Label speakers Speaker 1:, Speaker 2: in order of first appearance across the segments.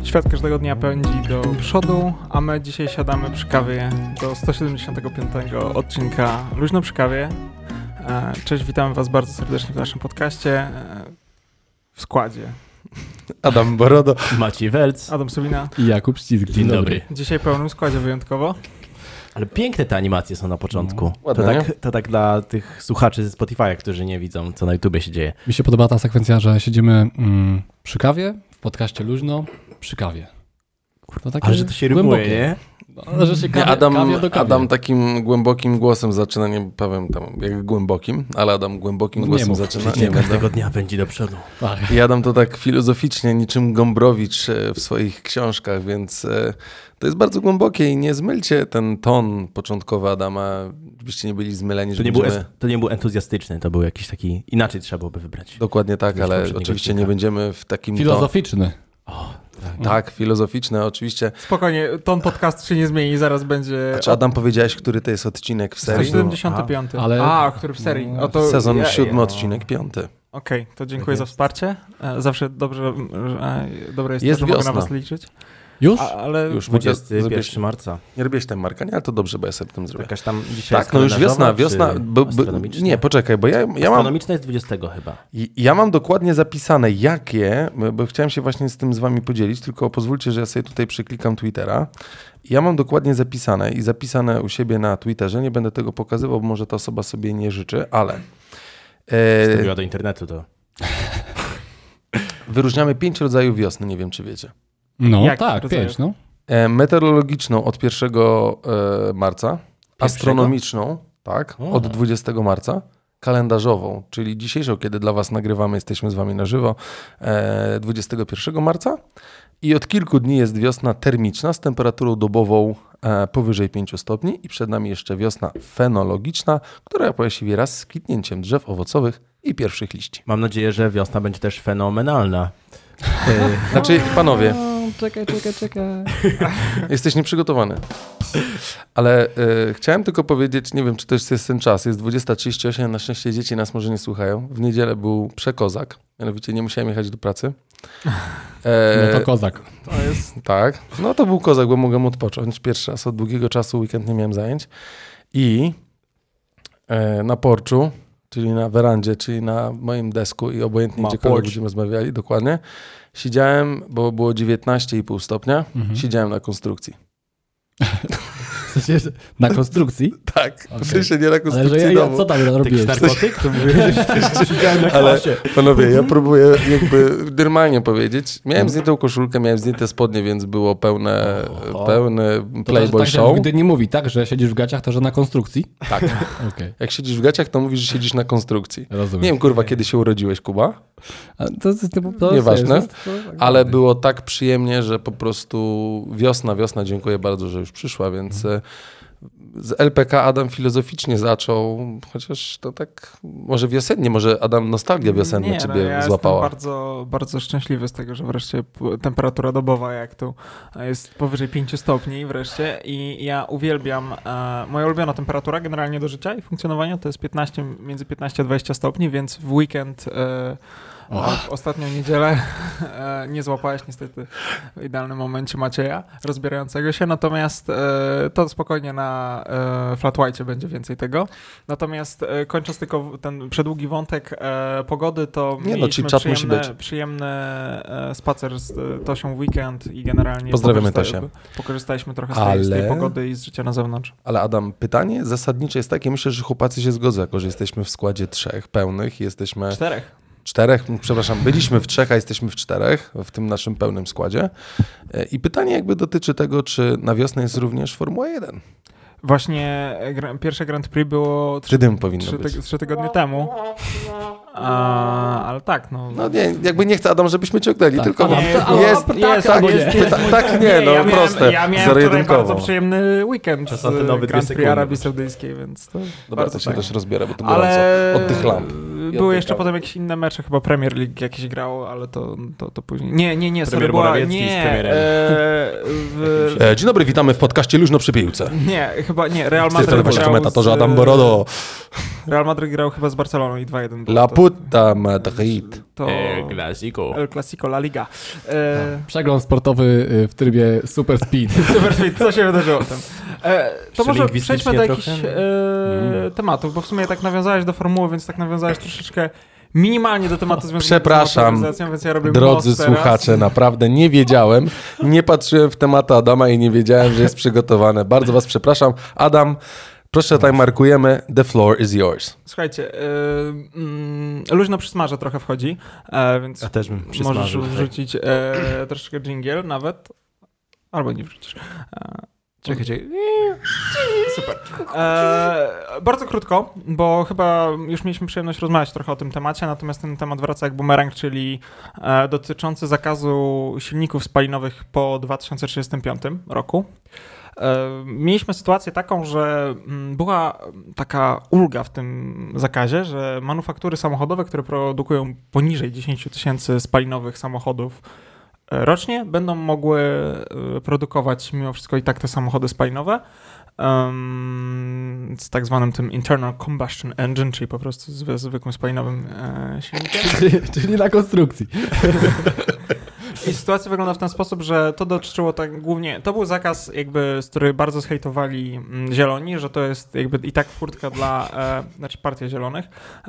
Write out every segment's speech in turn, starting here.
Speaker 1: Świat każdego dnia pędzi do przodu, a my dzisiaj siadamy przy kawie do 175 odcinka Luźno przy kawie. Cześć, witamy Was bardzo serdecznie w naszym podcaście. W składzie
Speaker 2: Adam Borodo,
Speaker 3: Maciej Welc,
Speaker 1: Adam Subina
Speaker 4: i Jakub Ścisk.
Speaker 3: Dzień dobry.
Speaker 1: Dzisiaj w pełnym składzie wyjątkowo.
Speaker 3: Ale piękne te animacje są na początku.
Speaker 2: Ładne,
Speaker 3: to tak dla tych słuchaczy ze Spotify'a, którzy nie widzą, co na YouTubie się dzieje.
Speaker 4: Mi się podoba ta sekwencja, że siedzimy przy kawie, w podcaście Luźno, przy kawie. To takie
Speaker 3: Ale że to się
Speaker 4: głębokie.
Speaker 3: rymuje, nie?
Speaker 4: No, że się kawie do kawie.
Speaker 2: Adam takim głębokim głosem zaczyna, nie powiem tam jak głębokim, ale Adam głębokim głosem zaczyna.
Speaker 3: Nie każdego dnia pędzi do przodu.
Speaker 4: Tak.
Speaker 2: I Adam to tak filozoficznie, niczym Gombrowicz w swoich książkach, więc to jest bardzo głębokie i nie zmylcie ten ton początkowy Adama, żebyście nie byli zmyleni, że
Speaker 3: To nie był entuzjastyczny, to był jakiś taki, inaczej trzeba byłoby wybrać.
Speaker 2: Dokładnie tak, ale oczywiście nie będziemy w takim
Speaker 4: Filozoficzny.
Speaker 2: Tak, filozoficzne, oczywiście.
Speaker 1: Spokojnie, ton podcastu się nie zmieni, zaraz będzie...
Speaker 2: Czy Adam powiedziałeś, który to jest odcinek w serii?
Speaker 1: 175. Który w serii.
Speaker 2: Sezon 7, odcinek 5.
Speaker 1: Okej, to dziękuję za wsparcie. Zawsze dobre jest,
Speaker 2: Jest
Speaker 1: to, że mogę
Speaker 2: wiosna.
Speaker 1: na Was liczyć.
Speaker 4: Już?
Speaker 1: Ale
Speaker 2: Już
Speaker 3: 21 marca.
Speaker 2: Nie robiłeś ten Marka, nie? Ale to dobrze, bo ja sobie tym zrobię.
Speaker 3: Jakaś tam dzisiaj
Speaker 2: Tak, no już wiosna. Nie, poczekaj, bo ja mam...
Speaker 3: Astronomiczna jest 20 chyba.
Speaker 2: Ja mam dokładnie zapisane, jakie, bo chciałem się właśnie z tym z wami podzielić, tylko pozwólcie, że ja sobie tutaj przeklikam Twittera. Ja mam dokładnie zapisane u siebie na Twitterze, nie będę tego pokazywał, bo może ta osoba sobie nie życzy, ale...
Speaker 3: Wstąpiła do internetu to.
Speaker 2: Wyróżniamy 5 rodzajów wiosny, nie wiem czy wiecie.
Speaker 4: No
Speaker 1: Jak
Speaker 4: tak,
Speaker 1: rodzajów?
Speaker 4: 5, no.
Speaker 2: Meteorologiczną od 1 marca, astronomiczną, tak, od 20 marca, kalendarzową, czyli dzisiejszą, kiedy dla was nagrywamy, jesteśmy z wami na żywo, 21 marca i od kilku dni jest wiosna termiczna z temperaturą dobową powyżej 5 stopni i przed nami jeszcze wiosna fenologiczna, która pojawi się wraz z kwitnięciem drzew owocowych i pierwszych liści.
Speaker 3: Mam nadzieję, że wiosna będzie też fenomenalna.
Speaker 2: Znaczy, panowie,
Speaker 4: Czekaj.
Speaker 2: jesteś nieprzygotowany. Ale chciałem tylko powiedzieć, nie wiem, czy to jest ten czas, jest 20:38, na szczęście dzieci nas może nie słuchają. W niedzielę był przekozak, mianowicie nie musiałem jechać do pracy.
Speaker 4: No to kozak.
Speaker 1: to jest...
Speaker 2: Tak, no to był kozak, bo mogłem odpocząć. Pierwszy raz od długiego czasu weekend nie miałem zajęć. I na porczu, czyli na werandzie, czyli na moim desku i obojętnie gdziekolwiek będziemy rozmawiali, dokładnie, siedziałem, bo było 19,5 stopnia, siedziałem na konstrukcji.
Speaker 4: W sensie, na konstrukcji?
Speaker 2: Tak,
Speaker 4: Okay.
Speaker 2: w sensie nie na
Speaker 4: Ale
Speaker 2: konstrukcji
Speaker 4: że
Speaker 2: domu.
Speaker 4: co tam robiłeś?
Speaker 3: Narkotyk? To mówię, że siedziałem na
Speaker 2: Ale
Speaker 3: kwasie.
Speaker 2: panowie, ja próbuję jakby normalnie powiedzieć. Miałem zdjętą koszulkę, miałem zdjęte spodnie, więc było pełny Playboy
Speaker 4: tak,
Speaker 2: show.
Speaker 4: Gdy nie mówi tak, że siedzisz w gaciach, to że na konstrukcji?
Speaker 2: Tak.
Speaker 4: Okay.
Speaker 2: Jak siedzisz w gaciach, to mówisz, że siedzisz na konstrukcji.
Speaker 4: Rozumiem.
Speaker 2: Nie wiem, kurwa, kiedy się urodziłeś, Kuba.
Speaker 4: To
Speaker 2: Nieważne,
Speaker 4: to
Speaker 2: ale było tak przyjemnie, że po prostu wiosna, dziękuję bardzo, że już przyszła, więc z LPK Adam filozoficznie zaczął, chociaż to tak może wiosennie, może Adam nostalgia wiosenna ciebie
Speaker 1: ja
Speaker 2: złapała.
Speaker 1: Jestem bardzo, bardzo szczęśliwy z tego, że wreszcie temperatura dobowa jak tu jest powyżej 5 stopni wreszcie i ja uwielbiam, moja ulubiona temperatura generalnie do życia i funkcjonowania to jest między 15 a 20 stopni, więc w weekend w ostatnią niedzielę nie złapałeś niestety w idealnym momencie Macieja rozbierającego się, natomiast to spokojnie na Flat White będzie więcej tego. Natomiast kończąc tylko ten przedługi wątek pogody, to mieliśmy przyjemny spacer z Tosią w weekend i generalnie
Speaker 2: pozdrawiamy Tosię.
Speaker 1: Pokorzystaliśmy trochę z tej pogody i z życia na zewnątrz.
Speaker 2: Ale Adam, pytanie zasadnicze jest takie, myślę, że chłopacy się zgodzą, jako że jesteśmy w składzie 3 pełnych, jesteśmy... 4, przepraszam, byliśmy w 3, a jesteśmy w 4 w tym naszym pełnym składzie. I pytanie jakby dotyczy tego, czy na wiosnę jest również Formuła 1.
Speaker 1: Właśnie pierwsze Grand Prix było 3 tygodnie temu. Ale tak, no.
Speaker 2: No nie, jakby nie chcę Adam, żebyśmy ciągnęli,
Speaker 4: tak,
Speaker 2: tylko
Speaker 1: jest
Speaker 2: proste.
Speaker 1: Ja miałem wczoraj bardzo przyjemny weekend z Grand Prix Arabii Saudyjskiej, więc to
Speaker 2: dobra, to się też rozbiera, bo to
Speaker 1: gorąco.
Speaker 2: Od tych lamp.
Speaker 1: Były jeszcze potem jakieś inne mecze, chyba Premier League jakieś grało, ale to później. Nie, sorry,
Speaker 3: Morawiecki z premierem.
Speaker 2: Dzień dobry, witamy w podcaście Luźno przy piłce.
Speaker 1: Nie, chyba nie. Real
Speaker 2: Z tej strony
Speaker 1: Madryt
Speaker 2: właśnie
Speaker 1: grał
Speaker 2: komentatorze Adam Borodo.
Speaker 1: Real Madryt grał chyba z Barceloną i 2-1.
Speaker 2: La puta Madrid.
Speaker 1: To
Speaker 3: Clasico.
Speaker 1: El Clasico, La Liga.
Speaker 4: Przegląd sportowy w trybie super speed.
Speaker 1: Super Speed, co się wydarzyło tam? To może przejdźmy do jakichś tematów, bo w sumie tak nawiązałeś do formuły, więc tak nawiązałeś troszeczkę minimalnie do tematu związanego
Speaker 2: Przepraszam,
Speaker 1: z motoryzacją, więc ja robię
Speaker 2: drodzy
Speaker 1: most teraz.
Speaker 2: słuchacze, naprawdę nie wiedziałem, nie patrzyłem w temat Adama i nie wiedziałem, że jest przygotowane. Bardzo was przepraszam. Adam, proszę tutaj markujemy, the floor is yours.
Speaker 1: Słuchajcie, luźno przy smarze trochę wchodzi, więc
Speaker 3: Ja też bym
Speaker 1: możesz
Speaker 3: przysmażył.
Speaker 1: wrzucić troszeczkę dżingiel nawet, albo nie wrzucisz. Czekajcie. Super. Bardzo krótko, bo chyba już mieliśmy przyjemność rozmawiać trochę o tym temacie, natomiast ten temat wraca jak bumerang, czyli dotyczący zakazu silników spalinowych po 2035 roku. Mieliśmy sytuację taką, że była taka ulga w tym zakazie, że manufaktury samochodowe, które produkują poniżej 10 000 spalinowych samochodów rocznie, będą mogły produkować mimo wszystko i tak te samochody spalinowe z tak zwanym tym internal combustion engine, czyli po prostu zwykłym spalinowym silnikiem.
Speaker 4: Czyli na konstrukcji.
Speaker 1: I sytuacja wygląda w ten sposób, że to dotyczyło tak głównie, to był zakaz jakby, z którym bardzo zhejtowali zieloni, że to jest jakby i tak furtka dla, znaczy Partia Zielonych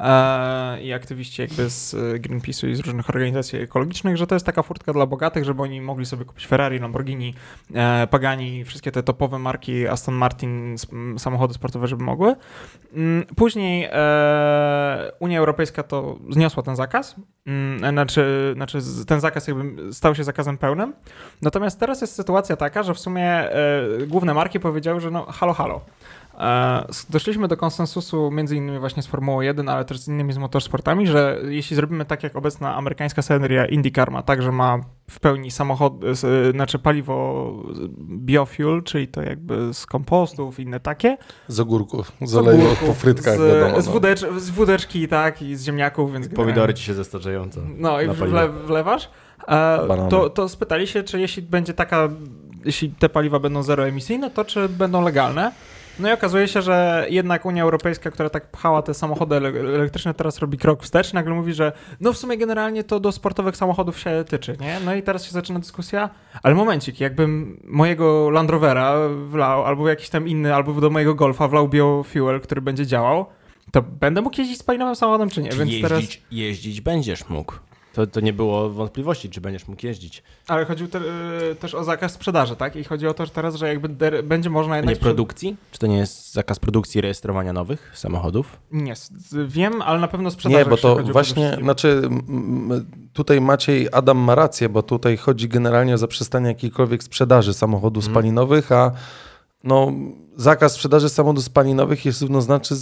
Speaker 1: i aktywiści jakby z Greenpeace'u i z różnych organizacji ekologicznych, że to jest taka furtka dla bogatych, żeby oni mogli sobie kupić Ferrari, Lamborghini, Pagani, wszystkie te topowe marki, Aston Martin, samochody sportowe, żeby mogły. Później Unia Europejska to zniosła ten zakaz, znaczy ten zakaz jakby stał się zakazem pełnym. Natomiast teraz jest sytuacja taka, że w sumie główne marki powiedziały, że no halo. Doszliśmy do konsensusu między innymi właśnie z Formułą 1, ale też z innymi z motorsportami, że jeśli zrobimy tak jak obecna amerykańska seria IndyCar ma, tak, że ma w pełni samochód, znaczy paliwo biofuel, czyli to jakby z kompostów, inne takie.
Speaker 2: Z ogórków, z oleju po frytkach, wiadomo.
Speaker 1: Z wódeczki, tak, i z ziemniaków, więc
Speaker 3: Pomidory ci się zestarzeją.
Speaker 1: No i wlewasz. To spytali się, czy jeśli te paliwa będą zeroemisyjne, to czy będą legalne. No i okazuje się, że jednak Unia Europejska, która tak pchała te samochody elektryczne, teraz robi krok wstecz. Nagle mówi, że no w sumie generalnie to do sportowych samochodów się tyczy, nie? No i teraz się zaczyna dyskusja, ale momencik, jakbym mojego Land Rovera wlał, albo jakiś tam inny, albo do mojego Golfa wlał biofuel, który będzie działał, to będę mógł jeździć spalinowym samochodem, czy nie? Więc
Speaker 3: Jeździć będziesz mógł. To nie było wątpliwości, czy będziesz mógł jeździć.
Speaker 1: Ale chodził też o zakaz sprzedaży, tak? I chodzi o to, że teraz, że jakby będzie można jednak...
Speaker 3: A nie produkcji? Czy to nie jest zakaz produkcji i rejestrowania nowych samochodów?
Speaker 1: Nie, wiem, ale na pewno sprzedaży.
Speaker 2: Nie, bo to właśnie, znaczy tutaj Adam ma rację, bo tutaj chodzi generalnie o zaprzestanie jakiejkolwiek sprzedaży samochodów spalinowych, a no zakaz sprzedaży samochodów spalinowych jest równoznaczny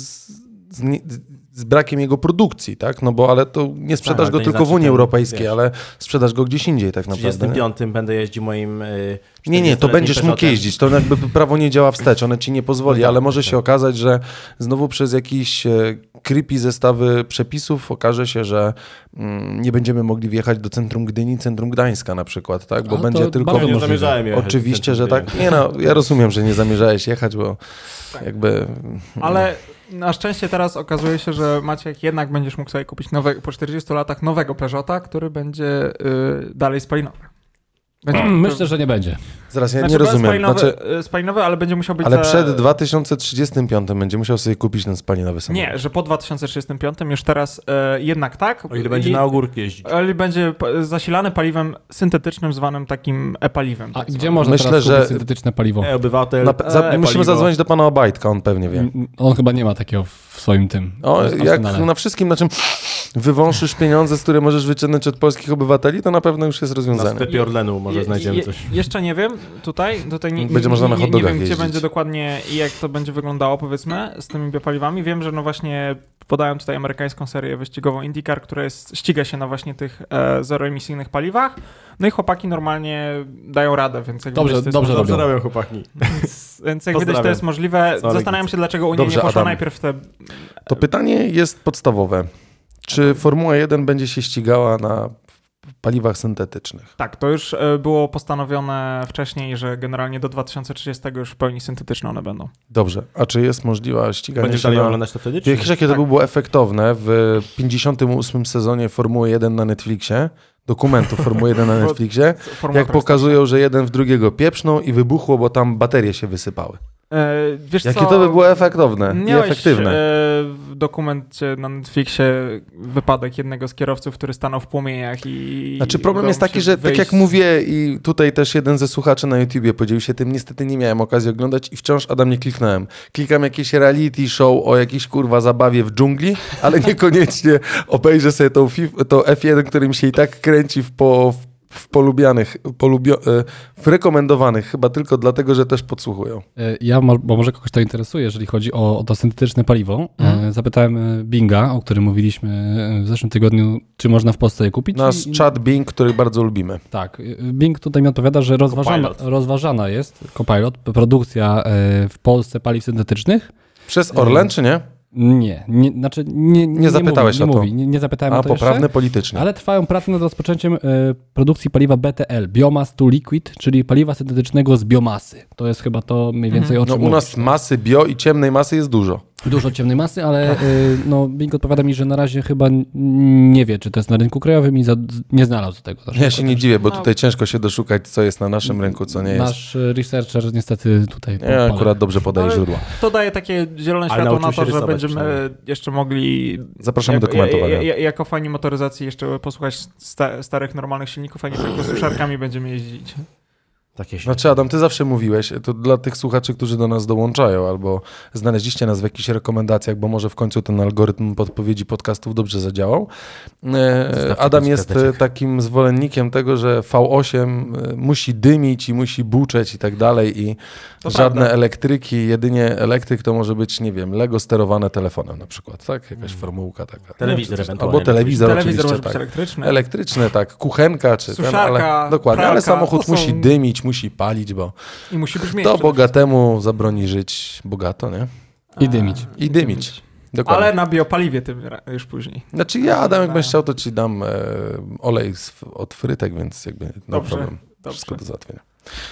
Speaker 2: z brakiem jego produkcji, tak? No bo ale to nie sprzedasz go tylko w Unii Europejskiej, ale sprzedasz go gdzieś indziej tak naprawdę. W 35
Speaker 3: będę jeździł moim...
Speaker 2: Nie, to będziesz mógł jeździć. To jakby prawo nie działa wstecz, one ci nie pozwoli, ale może się okazać, że znowu przez jakiś creepy zestawy przepisów okaże się, że nie będziemy mogli wjechać do centrum Gdyni, centrum Gdańska na przykład, tak? Bo będzie tylko...
Speaker 3: Nie zamierzałem jechać.
Speaker 2: Oczywiście, że tak. Nie no, ja rozumiem, że nie zamierzałeś jechać, bo jakby...
Speaker 1: Ale na szczęście teraz okazuje się, że Maciek jednak będziesz mógł sobie kupić po 40 latach nowego Peugeota, który będzie dalej spalinowy.
Speaker 4: Myślę, że nie będzie.
Speaker 2: Zaraz, ja nie rozumiem.
Speaker 1: Spalinowy, ale będzie musiał być...
Speaker 2: Ale przed 2035 będzie musiał sobie kupić ten spalinowy samochód.
Speaker 1: Nie, że po 2035 już teraz jednak tak.
Speaker 3: O ile będzie na ogórki jeździć.
Speaker 1: Ale będzie zasilany paliwem syntetycznym, zwanym takim e-paliwem.
Speaker 4: A gdzie można teraz kupić syntetyczne paliwo?
Speaker 2: Musimy zadzwonić do pana Obajtka, on pewnie wie.
Speaker 4: On chyba nie ma takiego w swoim tym.
Speaker 2: Jak na wszystkim, na czym wywąszysz pieniądze, z które możesz wyciągnąć od polskich obywateli, to na pewno już jest rozwiązane.
Speaker 3: Na sklepie Orlenu może znajdziemy coś.
Speaker 1: Jeszcze nie wiem, tutaj
Speaker 2: będzie można na hot dogach
Speaker 1: nie wiem,
Speaker 2: jeździć.
Speaker 1: gdzie będzie dokładnie i jak to będzie wyglądało, powiedzmy, z tymi biopaliwami. Wiem, że no właśnie podają tutaj amerykańską serię wyścigową IndyCar, która ściga się na właśnie tych zeroemisyjnych paliwach. No i chłopaki normalnie dają radę, więc jak
Speaker 4: dobrze
Speaker 3: robią chłopaki.
Speaker 1: Więc jak widać, to jest możliwe. Zastanawiam się, dlaczego Unia nie poszła najpierw w te...
Speaker 2: To pytanie jest podstawowe. Czy Formuła 1 będzie się ścigała na paliwach syntetycznych.
Speaker 1: Tak, to już było postanowione wcześniej, że generalnie do 2030 już w pełni syntetyczne one będą.
Speaker 2: Dobrze, a czy jest możliwa ściganie
Speaker 3: Będziesz
Speaker 2: się
Speaker 3: dalej
Speaker 2: na...
Speaker 3: oglądać to wtedy? Czy...
Speaker 2: Wiesz, jakie to by było efektowne w 58 sezonie Formuły 1 na Netflixie, dokumentu Formuły 1 na Netflixie, jak pokazują, że jeden w drugiego pieprzną i wybuchło, bo tam baterie się wysypały.
Speaker 1: Wiesz
Speaker 2: Jakie
Speaker 1: co?
Speaker 2: to by było efektowne i efektywne.
Speaker 1: W dokumencie na Netflixie wypadek jednego z kierowców, który stanął w płomieniach i...
Speaker 2: Znaczy problem jest taki, że tak jak mówię i tutaj też jeden ze słuchaczy na YouTubie podzielił się tym, niestety nie miałem okazji oglądać i wciąż, Adam, nie kliknąłem. Klikam jakieś reality show o jakiejś kurwa zabawie w dżungli, ale niekoniecznie obejrzę sobie tą F1, który mi się i tak kręci w rekomendowanych, chyba tylko dlatego, że też podsłuchują.
Speaker 4: Bo może kogoś to interesuje, jeżeli chodzi o to syntetyczne paliwo. Zapytałem Binga, o którym mówiliśmy w zeszłym tygodniu, czy można w Polsce je kupić.
Speaker 2: Nasz czat Bing, który bardzo lubimy.
Speaker 4: Tak. Bing tutaj mi odpowiada, że rozważana jest Copilot, produkcja w Polsce paliw syntetycznych.
Speaker 2: Przez Orlen, czy nie?
Speaker 4: Nie
Speaker 2: zapytałeś
Speaker 4: mówi,
Speaker 2: o to.
Speaker 4: Nie zapytałem o to
Speaker 2: poprawne
Speaker 4: jeszcze,
Speaker 2: politycznie.
Speaker 4: ale trwają prace nad rozpoczęciem produkcji paliwa BTL, Biomass to Liquid, czyli paliwa syntetycznego z biomasy. To jest chyba to mniej więcej o czym
Speaker 2: u nas masy bio i ciemnej masy jest dużo.
Speaker 4: Dużo ciemnej masy, ale Bing odpowiada mi, że na razie chyba nie wie, czy to jest na rynku krajowym i nie znalazł tego.
Speaker 2: Ja się nie dziwię, bo tutaj ciężko się doszukać, co jest na naszym rynku, co nie jest.
Speaker 4: Nasz researcher niestety tutaj...
Speaker 2: Ja akurat dobrze podaje źródła.
Speaker 1: To daje takie zielone światło na to, że będziemy jeszcze mogli...
Speaker 2: Zapraszamy do komentowania.
Speaker 1: Jako fani motoryzacji jeszcze posłuchać starych, normalnych silników, a nie tylko suszarkami będziemy jeździć.
Speaker 2: Znaczy, Adam, ty zawsze mówiłeś, to dla tych słuchaczy, którzy do nas dołączają, albo znaleźliście nas w jakichś rekomendacjach, bo może w końcu ten algorytm podpowiedzi podcastów dobrze zadziałał. Adam jest takim zwolennikiem tego, że V8 musi dymić i musi buczeć i tak dalej i to żadne prawda. Elektryki, jedynie elektryk to może być, nie wiem, Lego sterowane telefonem na przykład, tak? Jakaś formułka taka.
Speaker 3: Telewizor ewentualnie.
Speaker 2: Albo telewizor oczywiście,
Speaker 1: może być
Speaker 2: tak.
Speaker 1: elektryczny.
Speaker 2: Elektryczny, tak. Kuchenka czy
Speaker 1: suszarka,
Speaker 2: ale, dokładnie,
Speaker 1: pralka,
Speaker 2: ale samochód musi dymić, musi palić, bo
Speaker 1: i musi brzmieć.
Speaker 2: To bogatemu zabroni żyć bogato, nie?
Speaker 4: I dymić.
Speaker 2: Dokładnie.
Speaker 1: Ale na biopaliwie tym już później.
Speaker 2: Znaczy ja, Adam, jak będziesz chciał, to ci dam olej od frytek, więc jakby no problem. Wszystko do załatwienia.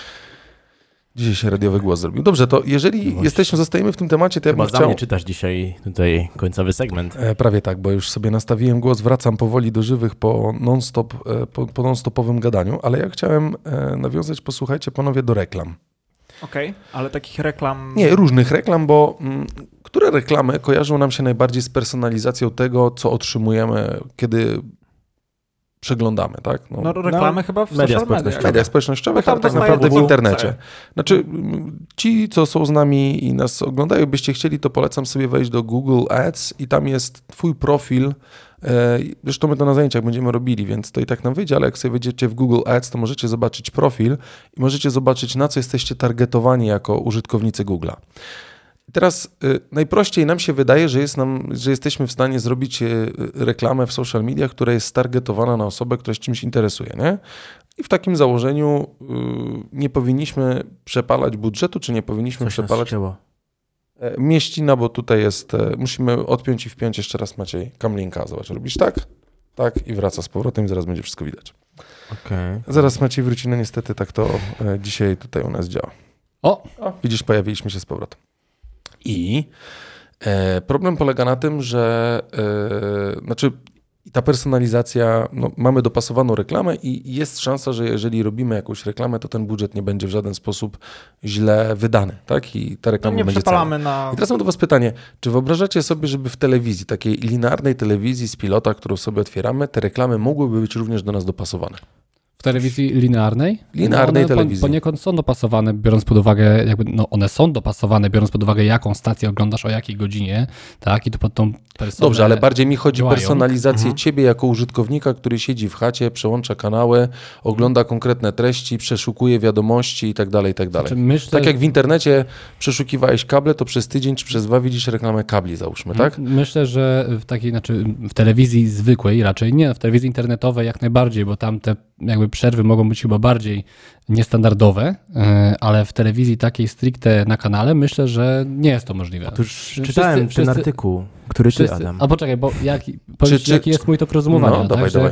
Speaker 2: Dzisiaj się radiowy głos zrobił. Dobrze, to jeżeli zostajemy w tym temacie, to ja bym chciał...
Speaker 3: Chyba za mnie czytasz dzisiaj tutaj końcowy segment.
Speaker 2: Prawie tak, bo już sobie nastawiłem głos, wracam powoli do żywych po non-stopowym gadaniu, ale ja chciałem nawiązać, posłuchajcie panowie, do reklam.
Speaker 1: Okej, ale takich reklam...
Speaker 2: Nie, różnych reklam, bo które reklamy kojarzą nam się najbardziej z personalizacją tego, co otrzymujemy, kiedy przeglądamy, tak?
Speaker 1: Reklamy chyba w social mediach
Speaker 2: społecznościowych, ale tak naprawdę w internecie. Znaczy, ci, co są z nami i nas oglądają, byście chcieli, to polecam sobie wejść do Google Ads i tam jest twój profil. Zresztą my to na zajęciach będziemy robili, więc to i tak nam wyjdzie, ale jak sobie wejdziecie w Google Ads, to możecie zobaczyć profil i możecie zobaczyć, na co jesteście targetowani jako użytkownicy Google'a. Teraz najprościej nam się wydaje, że jesteśmy w stanie zrobić reklamę w social mediach, która jest targetowana na osobę, która się czymś interesuje, nie? I w takim założeniu nie powinniśmy przepalać budżetu, czy nie powinniśmy przepalać... Mieścina, bo tutaj jest... Musimy odpiąć i wpiąć jeszcze raz, Maciej, kamlinka. Zobacz, robisz tak, tak i wraca z powrotem i zaraz będzie wszystko widać.
Speaker 3: Okay.
Speaker 2: Zaraz Maciej wróci, no niestety tak to dzisiaj tutaj u nas działa. O, widzisz, pojawiliśmy się z powrotem. I problem polega na tym, że ta personalizacja, mamy dopasowaną reklamę i jest szansa, że jeżeli robimy jakąś reklamę, to ten budżet nie będzie w żaden sposób źle wydany, tak? I ta reklama będzie cała. I teraz mam do was pytanie, czy wyobrażacie sobie, żeby w telewizji, takiej linearnej telewizji z pilota, którą sobie otwieramy, te reklamy mogłyby być również do nas dopasowane?
Speaker 4: W telewizji linearnej?
Speaker 2: Linearnej telewizji.
Speaker 4: Poniekąd są dopasowane, biorąc pod uwagę, one są dopasowane, biorąc pod uwagę, jaką stację oglądasz, o jakiej godzinie, tak? I to pod tą personę.
Speaker 2: Dobrze, ale bardziej mi chodzi o personalizację ciebie jako użytkownika, który siedzi w chacie, przełącza kanały, ogląda konkretne treści, przeszukuje wiadomości i tak dalej, i tak dalej. Tak jak w internecie przeszukiwałeś kable, to przez tydzień czy przez 2 widzisz reklamę kabli, załóżmy, tak?
Speaker 4: Myślę, że w telewizji zwykłej raczej nie, w telewizji internetowej jak najbardziej, bo tam te jakby przerwy mogą być chyba bardziej niestandardowe, ale w telewizji takiej stricte na kanale myślę, że nie jest to możliwe.
Speaker 3: Otóż czytałem ten artykuł, który ty, Adam.
Speaker 4: A poczekaj, bo jaki jest mój tok rozumowania.
Speaker 2: No, dawaj.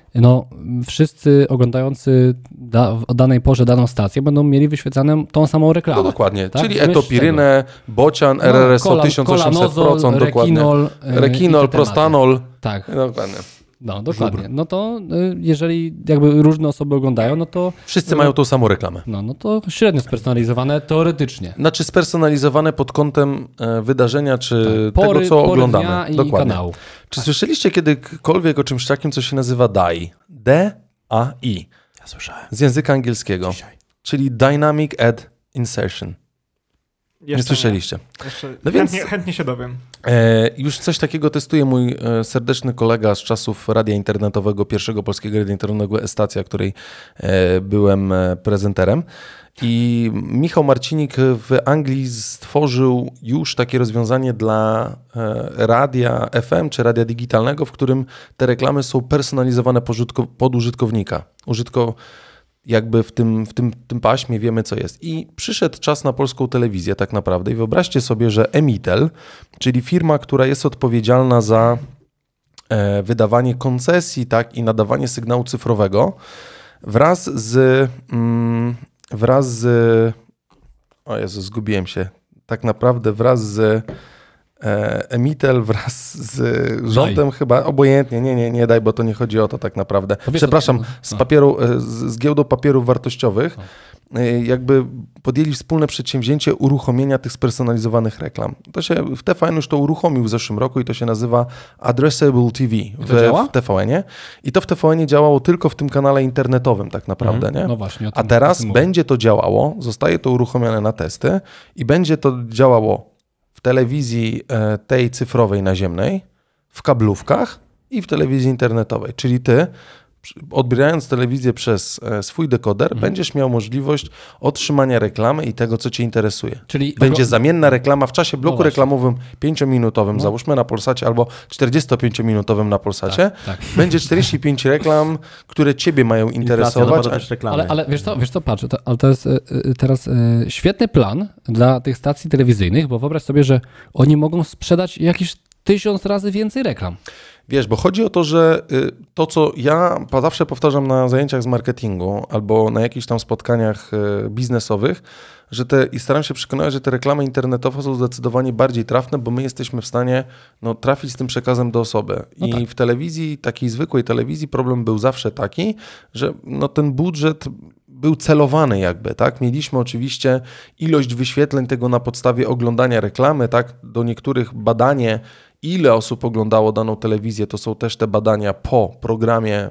Speaker 4: no wszyscy oglądający o danej porze daną stację będą mieli wyświetlaną tą samą reklamę.
Speaker 2: No dokładnie,
Speaker 4: tak?
Speaker 2: czyli etopirynę, bocian, RRSO 1800%, dokładnie. Rekinol, prostanol.
Speaker 4: Tak.
Speaker 2: Dokładnie.
Speaker 4: No, dokładnie. No to jeżeli jakby różne osoby oglądają, no to...
Speaker 2: Wszyscy mają tą samą reklamę.
Speaker 4: No to średnio spersonalizowane teoretycznie.
Speaker 2: Znaczy spersonalizowane pod kątem wydarzenia, czy
Speaker 4: tak.
Speaker 2: tego, co oglądamy.
Speaker 4: Dnia i
Speaker 2: dokładnie.
Speaker 4: kanału.
Speaker 2: Czy słyszeliście kiedykolwiek o czymś takim, co się nazywa DAI? D-A-I.
Speaker 3: Ja słyszałem.
Speaker 2: Z języka angielskiego.
Speaker 3: Dzisiaj.
Speaker 2: Czyli Dynamic Ad Insertion. Nie słyszeliście.
Speaker 1: No więc chętnie się dowiem.
Speaker 2: Już coś takiego testuje mój serdeczny kolega z czasów radia internetowego, pierwszego polskiego radia internetowego Estacja, której byłem prezenterem. I Michał Marcinik w Anglii stworzył już takie rozwiązanie dla radia FM czy radia digitalnego, w którym te reklamy są personalizowane pod użytkownika. Jakby w tym paśmie wiemy, co jest. I przyszedł czas na polską telewizję tak naprawdę i wyobraźcie sobie, że Emitel, czyli firma, która jest odpowiedzialna za wydawanie koncesji, tak, i nadawanie sygnału cyfrowego, wraz z o Jezu, zgubiłem się. Tak naprawdę wraz z Emitel, wraz z rządem chyba, obojętnie, nie daj, bo to nie chodzi o to tak naprawdę. Przepraszam, z giełdą papierów wartościowych jakby podjęli wspólne przedsięwzięcie uruchomienia tych spersonalizowanych reklam. To się w TVN już to uruchomił w zeszłym roku i to się nazywa Addressable TV w TVN-ie. I to w TVN-ie działało tylko w tym kanale internetowym tak naprawdę, nie?
Speaker 4: No właśnie,
Speaker 2: a teraz będzie to działało, zostaje to uruchomione na testy i będzie to działało w telewizji tej cyfrowej naziemnej, w kablówkach i w telewizji internetowej. Czyli ty, odbierając telewizję przez swój dekoder, będziesz miał możliwość otrzymania reklamy i tego, co cię interesuje.
Speaker 4: Czyli
Speaker 2: będzie zamienna reklama w czasie bloku reklamowym 5-minutowym, załóżmy na Polsacie, albo 45-minutowym na Polsacie. Tak. Będzie 45 reklam, które ciebie mają interesować.
Speaker 4: Ale wiesz co, patrz, ale to jest teraz świetny plan dla tych stacji telewizyjnych, bo wyobraź sobie, że oni mogą sprzedać jakieś 1000 razy więcej reklam.
Speaker 2: Wiesz, bo chodzi o to, że to, co ja zawsze powtarzam na zajęciach z marketingu albo na jakichś tam spotkaniach biznesowych, i staram się przekonać, że te reklamy internetowe są zdecydowanie bardziej trafne, bo my jesteśmy w stanie trafić z tym przekazem do osoby. I tak. W telewizji, takiej zwykłej telewizji, problem był zawsze taki, że ten budżet był celowany jakby, tak? Mieliśmy oczywiście ilość wyświetleń tego na podstawie oglądania reklamy, tak? Do niektórych badanie, ile osób oglądało daną telewizję, to są też te badania po programie.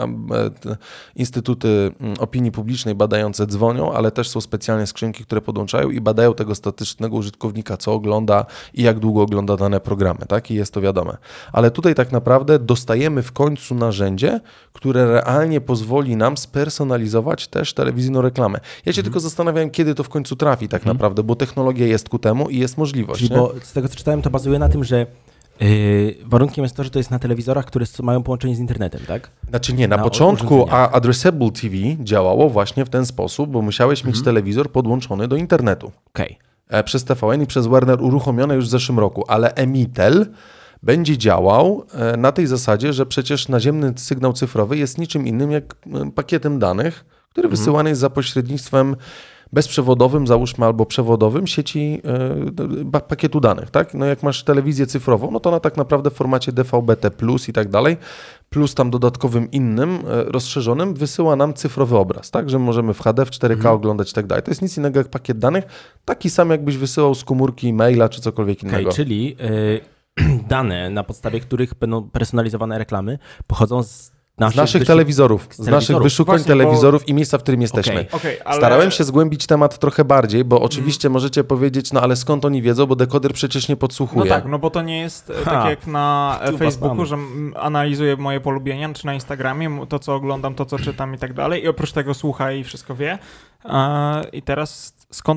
Speaker 2: Instytuty opinii publicznej badające dzwonią, ale też są specjalne skrzynki, które podłączają i badają tego statystycznego użytkownika, co ogląda i jak długo ogląda dane programy, tak? I jest to wiadome. Ale tutaj tak naprawdę dostajemy w końcu narzędzie, które realnie pozwoli nam spersonalizować też telewizyjną reklamę. Ja się tylko zastanawiam, kiedy to w końcu trafi tak naprawdę, bo technologia jest ku temu i jest możliwość.
Speaker 3: Czyli bo z tego, co czytałem, to bazuje na tym, że warunkiem jest to, że to jest na telewizorach, które mają połączenie z internetem, tak?
Speaker 2: Znaczy nie, na początku Addressable TV działało właśnie w ten sposób, bo musiałeś mieć telewizor podłączony do internetu. Przez TVN i przez Warner uruchomione już w zeszłym roku, ale Emitel będzie działał na tej zasadzie, że przecież naziemny sygnał cyfrowy jest niczym innym jak pakietem danych, który wysyłany jest za pośrednictwem bezprzewodowym, załóżmy, albo przewodowym sieci pakietu danych, tak? Jak masz telewizję cyfrową, to ona tak naprawdę w formacie DVB-T+, i tak dalej, plus tam dodatkowym innym, rozszerzonym, wysyła nam cyfrowy obraz, tak? Że możemy w HD, w 4K oglądać i tak dalej. To jest nic innego jak pakiet danych, taki sam jakbyś wysyłał z komórki maila, czy cokolwiek innego.
Speaker 3: Czyli dane, na podstawie których będą personalizowane reklamy, pochodzą z naszych telewizorów,
Speaker 2: z naszych wyszukań telewizorów i miejsca, w którym jesteśmy.
Speaker 1: Ale...
Speaker 2: Starałem się zgłębić temat trochę bardziej, bo oczywiście możecie powiedzieć, ale skąd oni wiedzą, bo dekoder przecież nie podsłuchuje.
Speaker 1: No tak, bo to nie jest tak jak na Facebooku, że analizuje moje polubienia, czy na Instagramie, to co oglądam, to co czytam i tak dalej i oprócz tego słucha i wszystko wie. I teraz skąd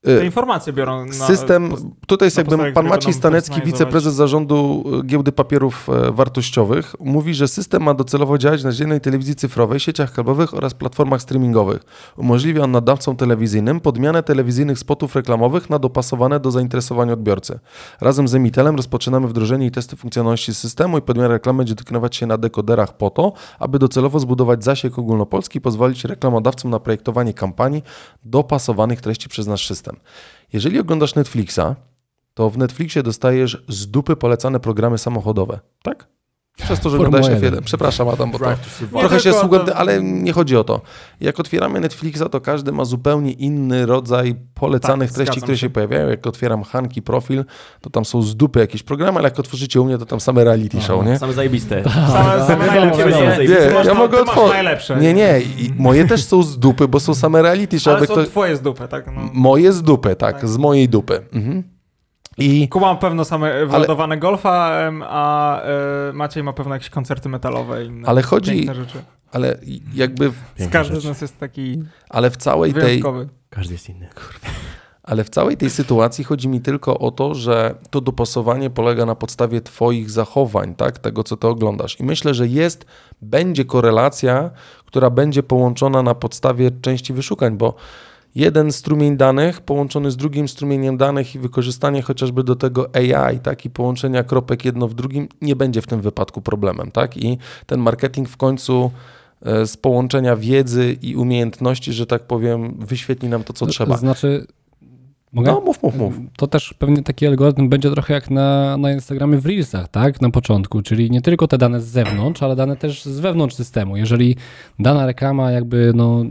Speaker 1: te informacje biorą
Speaker 2: system, tutaj jest jakby pan Maciej Stanecki, wiceprezes zarządu Giełdy Papierów Wartościowych, mówi, że system ma docelowo działać na naziemnej telewizji cyfrowej, sieciach kablowych oraz platformach streamingowych. Umożliwia on nadawcom telewizyjnym podmianę telewizyjnych spotów reklamowych na dopasowane do zainteresowania odbiorcy. Razem z Emitelem rozpoczynamy wdrożenie i testy funkcjonalności systemu i podmiana reklamy będzie wykonywać się na dekoderach po to, aby docelowo zbudować zasięg ogólnopolski i pozwolić reklamodawcom na projektowanie kampanii dopasowanych treści przez nasz system. Jeżeli oglądasz Netflixa, to w Netflixie dostajesz z dupy polecane programy samochodowe, tak? Przez to, że oglądałeś F1. Przepraszam, Adam, bo to trochę się sługam, ale nie chodzi o to. Jak otwieramy Netflixa, to każdy ma zupełnie inny rodzaj polecanych treści, które się pojawiają. Jak otwieram Hanki profil, to tam są z dupy jakieś programy, ale jak otworzycie u mnie, to tam same reality show, nie?
Speaker 3: Same zajebiste.
Speaker 1: Same najlepsze.
Speaker 2: Nie, ja mogę otworzyć. Nie. Moje też są z dupy, bo są same reality show.
Speaker 1: Ale są twoje z dupy, tak? No.
Speaker 2: Moje z dupy, tak. Z mojej dupy.
Speaker 1: Kuba ma pewno same wyładowane golfa, a Maciej ma pewno jakieś koncerty metalowe i inne piękne rzeczy.
Speaker 2: Ale jakby...
Speaker 1: Każdy z nas jest taki
Speaker 2: wyjątkowy.
Speaker 3: Każdy jest inny.
Speaker 2: Ale w całej tej sytuacji chodzi mi tylko o to, że to dopasowanie polega na podstawie twoich zachowań, tak? Tego, co ty oglądasz. I myślę, że będzie korelacja, która będzie połączona na podstawie części wyszukań, bo jeden strumień danych połączony z drugim strumieniem danych i wykorzystanie chociażby do tego AI, tak, i połączenia kropek jedno w drugim nie będzie w tym wypadku problemem, tak? I ten marketing w końcu z połączenia wiedzy i umiejętności, że tak powiem, wyświetli nam to, co trzeba.
Speaker 4: Znaczy... Mogę?
Speaker 2: No, mów.
Speaker 4: To też pewnie taki algorytm będzie trochę jak na Instagramie w Reelsach, tak? Na początku, czyli nie tylko te dane z zewnątrz, ale dane też z wewnątrz systemu. Jeżeli dana reklama jakby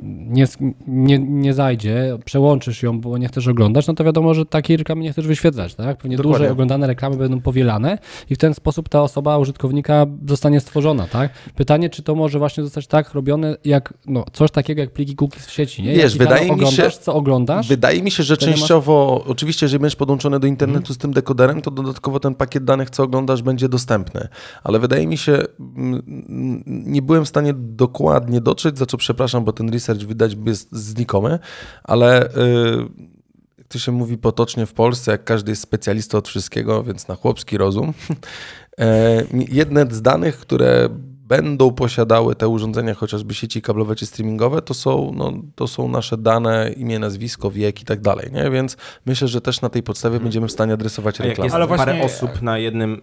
Speaker 4: nie zajdzie, przełączysz ją, bo nie chcesz oglądać, no to wiadomo, że takiej reklamy nie chcesz wyświetlać, tak? Pewnie duże oglądane reklamy będą powielane i w ten sposób ta osoba, użytkownika zostanie stworzona, tak? Pytanie, czy to może właśnie zostać tak robione, jak coś takiego jak pliki cookies w sieci, nie?
Speaker 2: Wiesz,
Speaker 4: co oglądasz?
Speaker 2: Wydaje mi się, że częściowo oczywiście, jeżeli będziesz podłączony do internetu z tym dekoderem, to dodatkowo ten pakiet danych, co oglądasz, będzie dostępny. Ale wydaje mi się, nie byłem w stanie dokładnie dotrzeć, za co przepraszam, bo ten research widać jest znikomy, ale jak to się mówi potocznie w Polsce, jak każdy jest specjalista od wszystkiego, więc na chłopski rozum. Jedne z danych, które będą posiadały te urządzenia, chociażby sieci kablowe czy streamingowe, to są nasze dane, imię, nazwisko, wiek i tak dalej, nie? Więc myślę, że też na tej podstawie będziemy w stanie adresować reklamę.
Speaker 3: Ale właśnie... parę osób na jednym...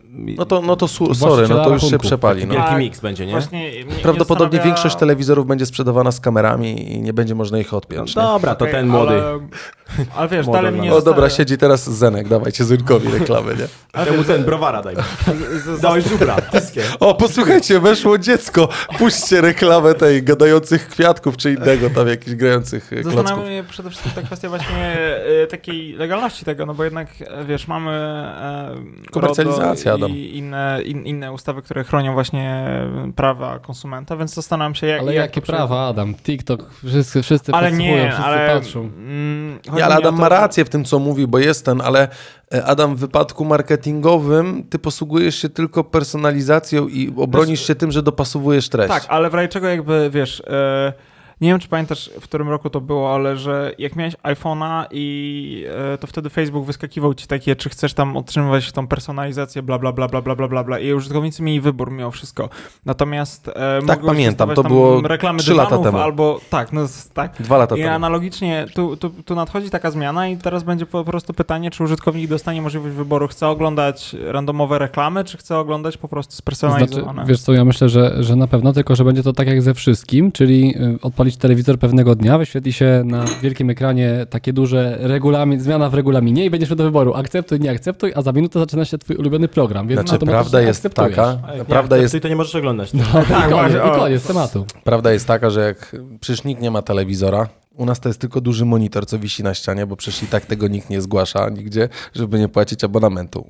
Speaker 2: to już się przepali.
Speaker 3: Wielki miks będzie, nie?
Speaker 2: Prawdopodobnie większość telewizorów będzie sprzedawana z kamerami i nie będzie można ich odpiąć.
Speaker 3: No dobra, to ten młody.
Speaker 1: Ale wiesz, dalej mnie
Speaker 2: dobra, siedzi teraz Zenek, dawajcie Zynkowi reklamy, nie?
Speaker 3: A temu ten browara daj. Dałeś żubra, wszystkie.
Speaker 2: O, posłuchajcie, weszło dziecko, puśćcie reklamę tej gadających kwiatków czy innego tam jakichś grających klocków.
Speaker 1: Zastanawia mnie przede wszystkim ta kwestia właśnie takiej legalności tego, no bo jednak, wiesz, mamy
Speaker 2: komercjalizację,
Speaker 1: Adam. I inne ustawy, które chronią właśnie prawa konsumenta, więc zastanawiam się, jak...
Speaker 4: Ale jakie prawa, Adam? TikTok, wszyscy patrzą.
Speaker 2: Ale Adam ma rację w tym, co mówi, bo jest ale Adam, w wypadku marketingowym ty posługujesz się tylko personalizacją i obronisz się tym, że dopasowujesz treść.
Speaker 1: Tak, ale w razie czego jakby, wiesz... Nie wiem, czy pamiętasz, w którym roku to było, ale że jak miałeś iPhone'a i to wtedy Facebook wyskakiwał ci takie, czy chcesz tam otrzymywać tą personalizację, bla, bla, bla, bla, bla, bla, bla. I użytkownicy mieli wybór mimo wszystko. Natomiast
Speaker 2: tak, pamiętam, to było
Speaker 1: reklamy
Speaker 2: 3 lata temu.
Speaker 1: Albo, tak.
Speaker 2: 2 lata temu.
Speaker 1: I analogicznie tu nadchodzi taka zmiana i teraz będzie po prostu pytanie, czy użytkownik dostanie możliwość wyboru, chce oglądać randomowe reklamy, czy chce oglądać po prostu spersonalizowane.
Speaker 4: Znaczy, wiesz co, ja myślę, że na pewno, tylko że będzie to tak jak ze wszystkim, czyli odpalić telewizor pewnego dnia, wyświetli się na wielkim ekranie takie duże zmiana w regulaminie i będziesz miał do wyboru akceptuj, nie akceptuj, a za minutę zaczyna się twój ulubiony program, więc
Speaker 2: prawda jest taka,
Speaker 3: to nie możesz oglądać.
Speaker 4: I koniec tematu.
Speaker 2: Prawda jest taka, że jak przecież nikt nie ma telewizora, u nas to jest tylko duży monitor, co wisi na ścianie, bo przecież i tak tego nikt nie zgłasza nigdzie, żeby nie płacić abonamentu.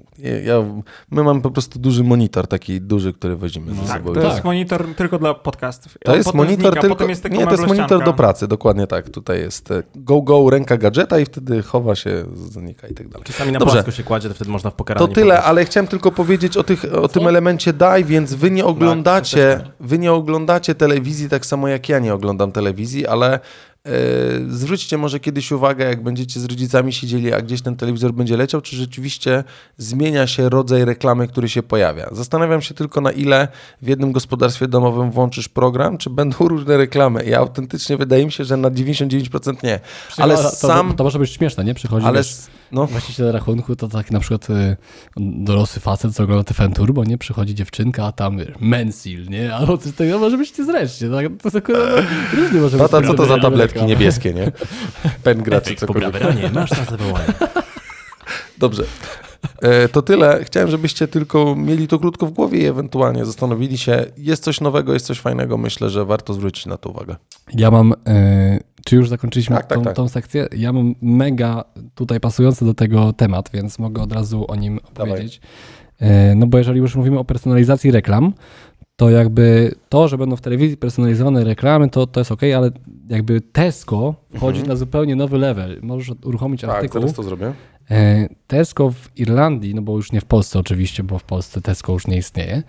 Speaker 2: My mamy po prostu duży monitor, taki duży, który wozimy ze sobą.
Speaker 1: To jest monitor tylko dla podcastów.
Speaker 2: To jest monitor tylko... Nie, to jest monitor do pracy, dokładnie tak. Tutaj jest go, ręka gadżeta i wtedy chowa się, znika i tak dalej.
Speaker 3: Czasami na płasku się kładzie, to wtedy można w pokaraniu.
Speaker 2: To tyle, ale chciałem tylko powiedzieć o tym elemencie daj, więc wy nie oglądacie telewizji tak samo jak ja nie oglądam telewizji, ale Zwróćcie może kiedyś uwagę, jak będziecie z rodzicami siedzieli, a gdzieś ten telewizor będzie leciał, czy rzeczywiście zmienia się rodzaj reklamy, który się pojawia. Zastanawiam się tylko, na ile w jednym gospodarstwie domowym włączysz program, czy będą różne reklamy. Ja autentycznie wydaje mi się, że na 99% nie. Ale
Speaker 4: to może być śmieszne, nie? Przychodzi właściciel rachunku, to tak na przykład dorosły facet, co ogląda TVN Turbo, nie? Przychodzi dziewczynka, a tam Mensil, nie? Albo coś takiego, może być zresztą. Tak? To różnie może być.
Speaker 2: Co to za tabletki niebieskie, nie? Pengra czy cokolwiek.
Speaker 3: Pobranie, masz na zawołanie.
Speaker 2: Dobrze. To tyle. Chciałem, żebyście tylko mieli to krótko w głowie i ewentualnie zastanowili się, jest coś nowego, jest coś fajnego. Myślę, że warto zwrócić na to uwagę.
Speaker 4: Ja mam, czy już zakończyliśmy tą sekcję? Ja mam mega tutaj pasujący do tego temat, więc mogę od razu o nim opowiedzieć. No bo jeżeli już mówimy o personalizacji reklam, to jakby to, że będą w telewizji personalizowane reklamy, to jest okej, ale jakby Tesco wchodzi na zupełnie nowy level. Możesz uruchomić artykuł.
Speaker 2: Teraz to zrobię.
Speaker 4: Tesco w Irlandii, no bo już nie w Polsce oczywiście, bo w Polsce Tesco już nie istnieje,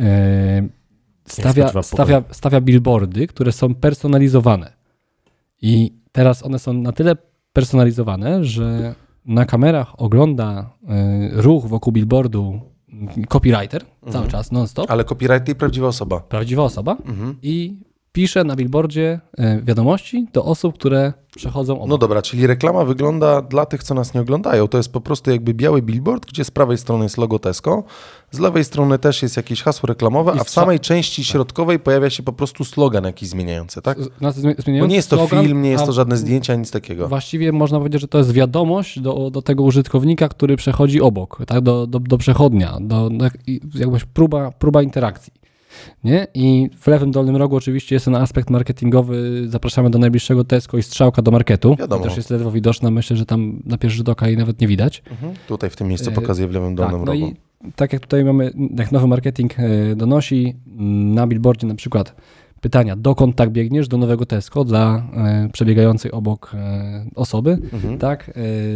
Speaker 4: stawia billboardy, które są personalizowane. I teraz one są na tyle personalizowane, że na kamerach ogląda ruch wokół billboardu copywriter cały czas, non-stop.
Speaker 2: Ale copywriter i prawdziwa osoba.
Speaker 4: Prawdziwa osoba i pisze na billboardzie wiadomości do osób, które przechodzą obok.
Speaker 2: No dobra, czyli reklama wygląda dla tych, co nas nie oglądają. To jest po prostu jakby biały billboard, gdzie z prawej strony jest logo Tesco, z lewej strony też jest jakieś hasło reklamowe, a w samej części środkowej pojawia się po prostu slogan jakiś zmieniający, tak? Bo nie jest to slogan, film, nie jest to żadne zdjęcia, nic takiego.
Speaker 4: Właściwie można powiedzieć, że to jest wiadomość do tego użytkownika, który przechodzi obok, tak? do przechodnia, jakby próba interakcji. Nie? I w lewym dolnym rogu oczywiście jest ten aspekt marketingowy, zapraszamy do najbliższego Tesco i strzałka do marketu.
Speaker 2: Wiadomo.
Speaker 4: Też jest ledwo widoczna, myślę, że tam na pierwszy rzut oka jej nawet nie widać.
Speaker 2: Tutaj w tym miejscu pokazuję w lewym dolnym rogu.
Speaker 4: I tak jak tutaj mamy, jak nowy marketing donosi, na billboardzie na przykład pytania, dokąd tak biegniesz do nowego Tesco dla przebiegającej obok osoby, tak?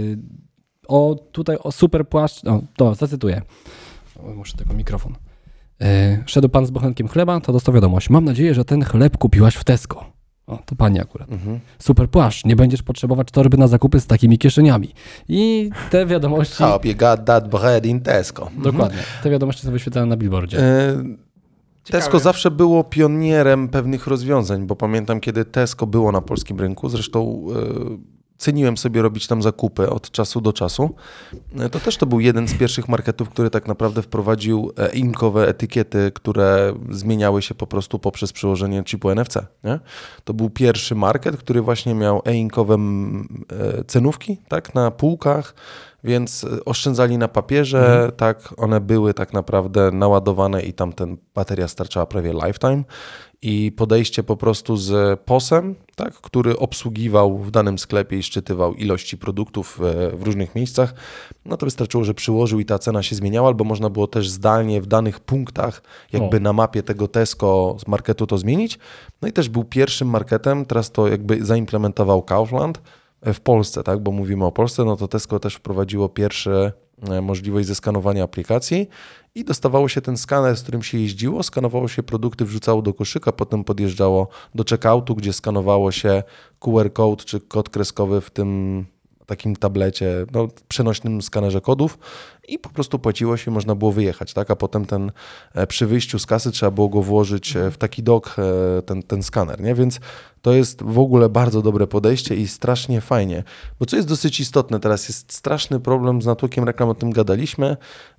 Speaker 4: Tutaj o super płaszcz, zacytuję. Muszę tego mikrofon. Szedł pan z bochenkiem chleba, to dostał wiadomość. Mam nadzieję, że ten chleb kupiłaś w Tesco. To pani akurat. Super płaszcz, nie będziesz potrzebować torby na zakupy z takimi kieszeniami. I te wiadomości...
Speaker 2: Hope you got that bread in Tesco.
Speaker 4: Dokładnie. Te wiadomości są wyświetlane na billboardzie.
Speaker 2: Tesco zawsze było pionierem pewnych rozwiązań, bo pamiętam, kiedy Tesco było na polskim rynku, zresztą ceniłem sobie robić tam zakupy od czasu do czasu. To był jeden z pierwszych marketów, który tak naprawdę wprowadził e-inkowe etykiety, które zmieniały się po prostu poprzez przyłożenie chipu NFC. Nie? To był pierwszy market, który właśnie miał e-inkowe cenówki, tak, na półkach, więc oszczędzali na papierze, tak, one były tak naprawdę naładowane i tam bateria starczała prawie lifetime. I podejście po prostu z POS-em, tak, który obsługiwał w danym sklepie i szczytywał ilości produktów w różnych miejscach, no to wystarczyło, że przyłożył i ta cena się zmieniała, albo można było też zdalnie w danych punktach jakby na mapie tego Tesco z marketu to zmienić. No i też był pierwszym marketem, teraz to jakby zaimplementował Kaufland w Polsce, tak, bo mówimy o Polsce, no to Tesco też wprowadziło pierwsze możliwość zeskanowania aplikacji i dostawało się ten skaner, z którym się jeździło, skanowało się produkty, wrzucało do koszyka, potem podjeżdżało do checkoutu, gdzie skanowało się QR code czy kod kreskowy w tym takim tablecie, przenośnym skanerze kodów i po prostu płaciło się, można było wyjechać, tak? A potem przy wyjściu z kasy trzeba było go włożyć w taki dock, ten skaner, nie? Więc to jest w ogóle bardzo dobre podejście i strasznie fajnie, bo co jest dosyć istotne teraz, jest straszny problem z natłokiem reklam, o tym gadaliśmy,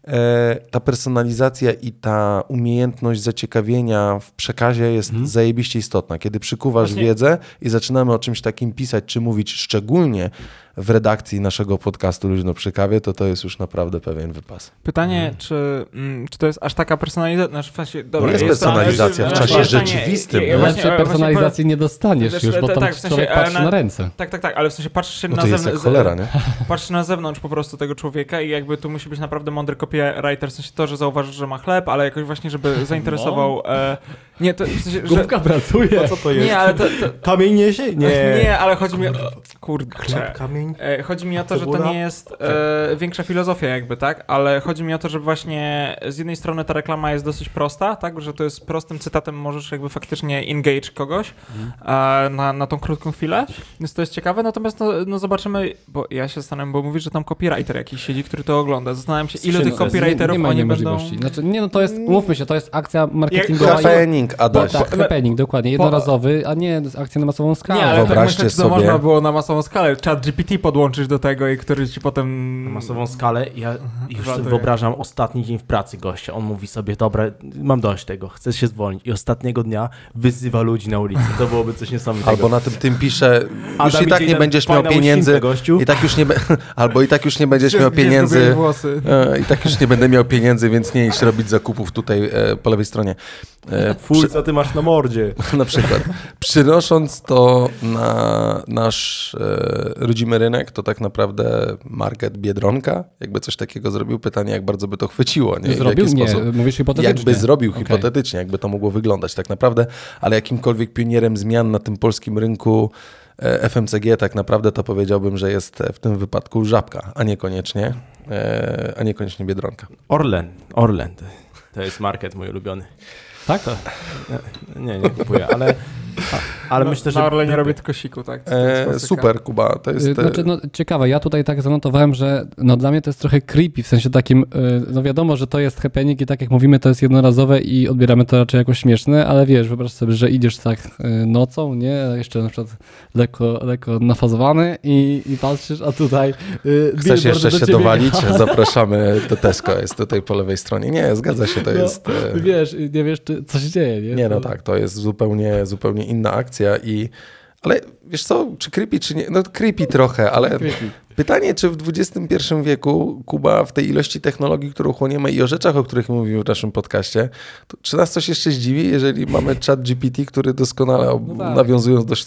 Speaker 2: ta personalizacja i ta umiejętność zaciekawienia w przekazie jest zajebiście istotna. Kiedy przykuwasz wiedzę i zaczynamy o czymś takim pisać czy mówić, szczególnie w redakcji naszego podcastu Luźno przy kawie, to jest już naprawdę pewien wypas.
Speaker 1: Pytanie, czy to jest aż taka personalizacja?
Speaker 2: To jest personalizacja w czasie rzeczywistym.
Speaker 4: Personalizacji nie dostaniesz już, bo tam człowiek patrzy na ręce.
Speaker 1: Tak, ale w sensie patrzysz
Speaker 2: na zewnątrz. Jak cholera, nie?
Speaker 1: Patrzysz na zewnątrz po prostu tego człowieka i jakby tu musi być naprawdę mądry copywriter, w sensie to, że zauważysz, że ma chleb, ale jakoś właśnie, żeby zainteresował... nie, to w sensie,
Speaker 4: Główka pracuje.
Speaker 3: Po co to jest?
Speaker 1: Nie, ale to...
Speaker 3: Kamień niesie? Nie,
Speaker 1: ale chodzi mi o... Kurde.
Speaker 3: Chleb, kamień.
Speaker 1: Chodzi mi o to, że to nie jest większa filozofia jakby, tak? Ale chodzi mi o to, że właśnie z jednej strony ta reklama jest dosyć prosta, tak? Że to jest prostym cytatem możesz jakby faktycznie engage kogoś, na tą krótką chwilę, więc to jest ciekawe, natomiast no zobaczymy, bo ja się zastanawiam, bo mówisz, że tam copywriter jakiś siedzi, który to ogląda. Zastanawiam się, ile tych copywriterów oni będą...
Speaker 4: Znaczy, to jest, mówmy się, to jest akcja marketingowa.
Speaker 2: Happening, Adaś.
Speaker 4: Tak, happening, dokładnie, jednorazowy, a nie akcja na masową skalę.
Speaker 1: Nie, ale
Speaker 2: wyobraźcie
Speaker 1: tak myślę,
Speaker 2: sobie...
Speaker 1: to można było na masową skalę. ChatGPT podłączyć do tego i który ci potem...
Speaker 3: Na masową skalę. Ja już sobie wyobrażam ostatni dzień w pracy gościa. On mówi sobie, dobra, mam dość tego, chcę się zwolnić. I ostatniego dnia wyzywa ludzi na ulicy. To byłoby coś niesamowitego.
Speaker 2: Albo na tym pisze, już
Speaker 3: Adam,
Speaker 2: i tak nie będziesz miał pieniędzy. I tak już nie albo i tak już nie będziesz miał pieniędzy. I tak już nie będę miał pieniędzy, więc nie idź robić zakupów tutaj po lewej stronie.
Speaker 3: Fuj, co ty masz na mordzie?
Speaker 2: Na przykład. Przynosząc to na nasz rodzimy rynek, to tak naprawdę market Biedronka, jakby coś takiego zrobił, pytanie, jak bardzo by to chwyciło. Nie?
Speaker 4: Zrobił?
Speaker 2: W jaki sposób?
Speaker 4: Nie, mówisz hipotetycznie.
Speaker 2: Jakby zrobił hipotetycznie, jakby to mogło wyglądać tak naprawdę, ale jakimkolwiek pionierem zmian na tym polskim rynku FMCG tak naprawdę to powiedziałbym, że jest w tym wypadku Żabka, a niekoniecznie Biedronka.
Speaker 3: Orlen. To jest market mój ulubiony.
Speaker 4: Tak?
Speaker 3: Nie kupuję, ale myślę, że...
Speaker 1: Na Orlenie robię tylko siku, tak?
Speaker 2: Super, Kuba. To jest...
Speaker 4: Znaczy, ciekawe, ja tutaj tak zanotowałem, że dla mnie to jest trochę creepy, w sensie takim, wiadomo, że to jest happening i tak jak mówimy, to jest jednorazowe i odbieramy to raczej jako śmieszne, ale wiesz, wyobraź sobie, że idziesz tak nocą, nie? Jeszcze na przykład lekko nafazowany i patrzysz, a tutaj
Speaker 2: chcesz jeszcze się dowalić? Zapraszamy do Tesco, jest tutaj po lewej stronie. Nie, zgadza się, to jest...
Speaker 4: Wiesz, nie wiesz, co się dzieje, nie?
Speaker 2: Nie, no tak, to jest zupełnie inna akcja ale wiesz co, czy creepy, czy nie? No creepy trochę, ale pytanie, czy w XXI wieku, Kuba, w tej ilości technologii, którą chłoniemy i o rzeczach, o których mówimy w naszym podcaście, to czy nas coś jeszcze zdziwi, jeżeli mamy ChatGPT, który doskonale, nawiązując do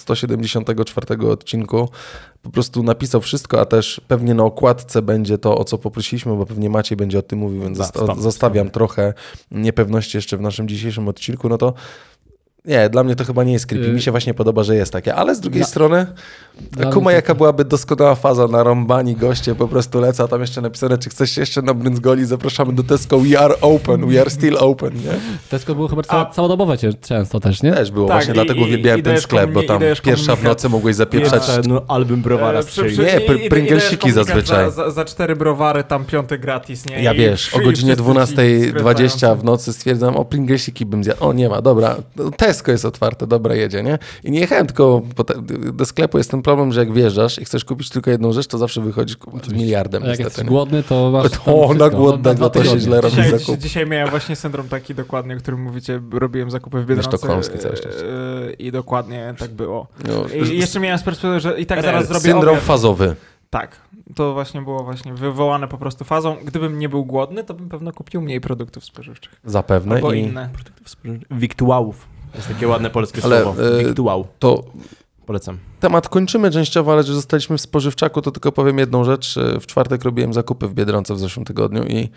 Speaker 2: 174 odcinku, po prostu napisał wszystko, a też pewnie na okładce będzie to, o co poprosiliśmy, bo pewnie Maciej będzie o tym mówił, więc zostawiam trochę niepewności jeszcze w naszym dzisiejszym odcinku, no to nie, dla mnie to chyba nie jest creepy. Mi się właśnie podoba, że jest takie. Ale z drugiej strony, kuma jaka byłaby doskonała faza na rąbani goście, po prostu lecą, a tam jeszcze napisane, czy chcesz się jeszcze nabryndzgoli, zapraszamy do Tesco, we are open, we are still open, nie?
Speaker 4: Tesco było chyba całodobowe często też, nie?
Speaker 2: Też było, tak, właśnie dlatego uwielbiałem ten sklep, bo tam pierwsza w nocy mogłeś zapieprzać...
Speaker 3: album browara strzelił.
Speaker 2: Nie, Pringlesiki zazwyczaj.
Speaker 1: Za 4 browary tam 5 gratis, nie?
Speaker 2: Ja wiesz, o godzinie 12:20 w nocy stwierdzam, o Pringlesiki bym zjadł. O, nie ma, dobra, Tesco jest otwarte, dobra, jedzie, nie? I nie jechałem tylko do sklepu, jest ten problem, że jak wjeżdżasz i chcesz kupić tylko jedną rzecz, to zawsze wychodzisz z miliardem.
Speaker 4: A jak jesteś głodny, to masz
Speaker 2: na głodnego to się źle robi zakup.
Speaker 1: Dzisiaj miałem właśnie syndrom taki dokładnie, o którym mówicie, robiłem zakupy w Biedronce.
Speaker 2: Sztokholmski całe szczęście.
Speaker 1: I dokładnie tak było. I jeszcze miałem z perspektywy, że i tak zaraz zrobię
Speaker 2: syndrom
Speaker 1: obiad.
Speaker 2: fazowy.
Speaker 1: Tak, to właśnie było wywołane po prostu fazą. Gdybym nie był głodny, to bym pewno kupił mniej produktów spożywczych.
Speaker 2: Zapewne.
Speaker 1: Albo inne produktów
Speaker 3: spożywczych. Wiktuałów. To jest takie ładne polskie słowo. Wiktuał.
Speaker 2: To
Speaker 3: polecam.
Speaker 2: Temat kończymy częściowo, ale że zostaliśmy w spożywczaku, to tylko powiem jedną rzecz. W czwartek robiłem zakupy w Biedronce w zeszłym tygodniu i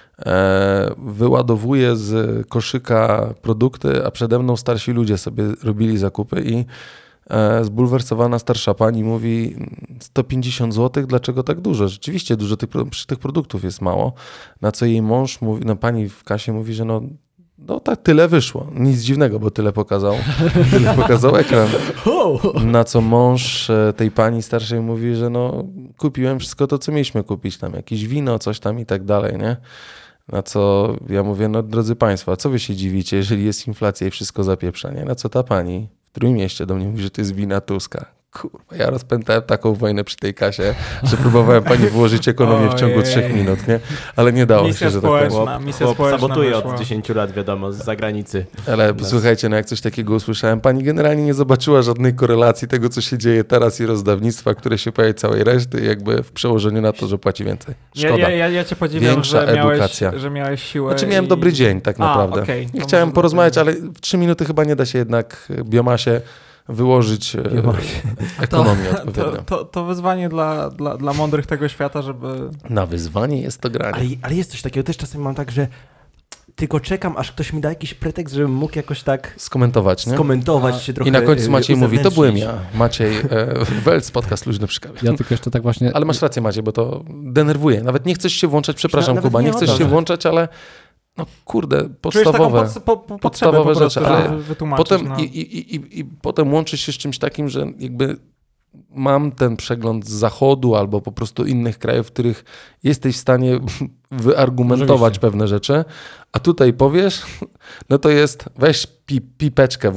Speaker 2: wyładowuję z koszyka produkty, a przede mną starsi ludzie sobie robili zakupy i zbulwersowana starsza pani mówi 150 zł, dlaczego tak dużo? Rzeczywiście dużo tych produktów jest mało. Na co jej mąż mówi, pani w kasie mówi, że no tak tyle wyszło. Nic dziwnego, bo tyle pokazał ekran. Na co mąż tej pani starszej mówi, że kupiłem wszystko to, co mieliśmy kupić. Tam jakieś wino, coś tam i tak dalej, nie? Na co ja mówię, drodzy państwo, a co wy się dziwicie, jeżeli jest inflacja i wszystko zapieprza, nie? Na co ta pani w Trójmieście do mnie mówi, że to jest wina Tuska. Kurwa, ja rozpętałem taką wojnę przy tej kasie, że próbowałem pani włożyć ekonomię w ciągu 3 minut, nie? Ale nie dało się, że tak powiem.
Speaker 1: Misja społeczna
Speaker 3: sabotuje od 10 lat, wiadomo, z zagranicy.
Speaker 2: Ale słuchajcie, jak coś takiego usłyszałem, pani generalnie nie zobaczyła żadnej korelacji tego, co się dzieje teraz i rozdawnictwa, które się pojawia całej reszty, jakby w przełożeniu na to, że płaci więcej. Szkoda.
Speaker 1: Ja cię podziwiam,
Speaker 2: Większa edukacja.
Speaker 1: Że miałeś siłę.
Speaker 2: Znaczy miałem dobry dzień tak naprawdę. Nie chciałem porozmawiać, ale w 3 minuty chyba nie da się jednak biomasie wyłożyć ekonomię odpowiednio.
Speaker 1: To wyzwanie dla mądrych tego świata, żeby...
Speaker 2: Na wyzwanie jest to granie.
Speaker 3: Ale jest coś takiego, też czasem mam tak, że tylko czekam, aż ktoś mi da jakiś pretekst, żebym mógł jakoś tak
Speaker 2: skomentować, nie?
Speaker 3: Się trochę.
Speaker 2: I na końcu Maciej mówi, to byłem ja. Maciej Welc, podcast Luźno przy kawie.
Speaker 4: Ja tylko jeszcze tak właśnie...
Speaker 2: Ale masz rację, Maciej, bo to denerwuje. Nawet nie chcesz się włączać, przepraszam Kuba, nie chcesz się włączać, ale No kurde,
Speaker 1: Czujesz taką
Speaker 2: podstawowe
Speaker 1: potrzebę po
Speaker 2: rzeczy,
Speaker 1: prostu,
Speaker 2: ale
Speaker 1: żeby wytłumaczyć.
Speaker 2: potem,
Speaker 1: no.
Speaker 2: i potem łączy się z czymś takim, że jakby mam ten przegląd z zachodu albo po prostu innych krajów, w których jesteś w stanie wyargumentować
Speaker 4: Oczywiście.
Speaker 2: pewne rzeczy, a tutaj powiesz, no to jest weź pipeczkę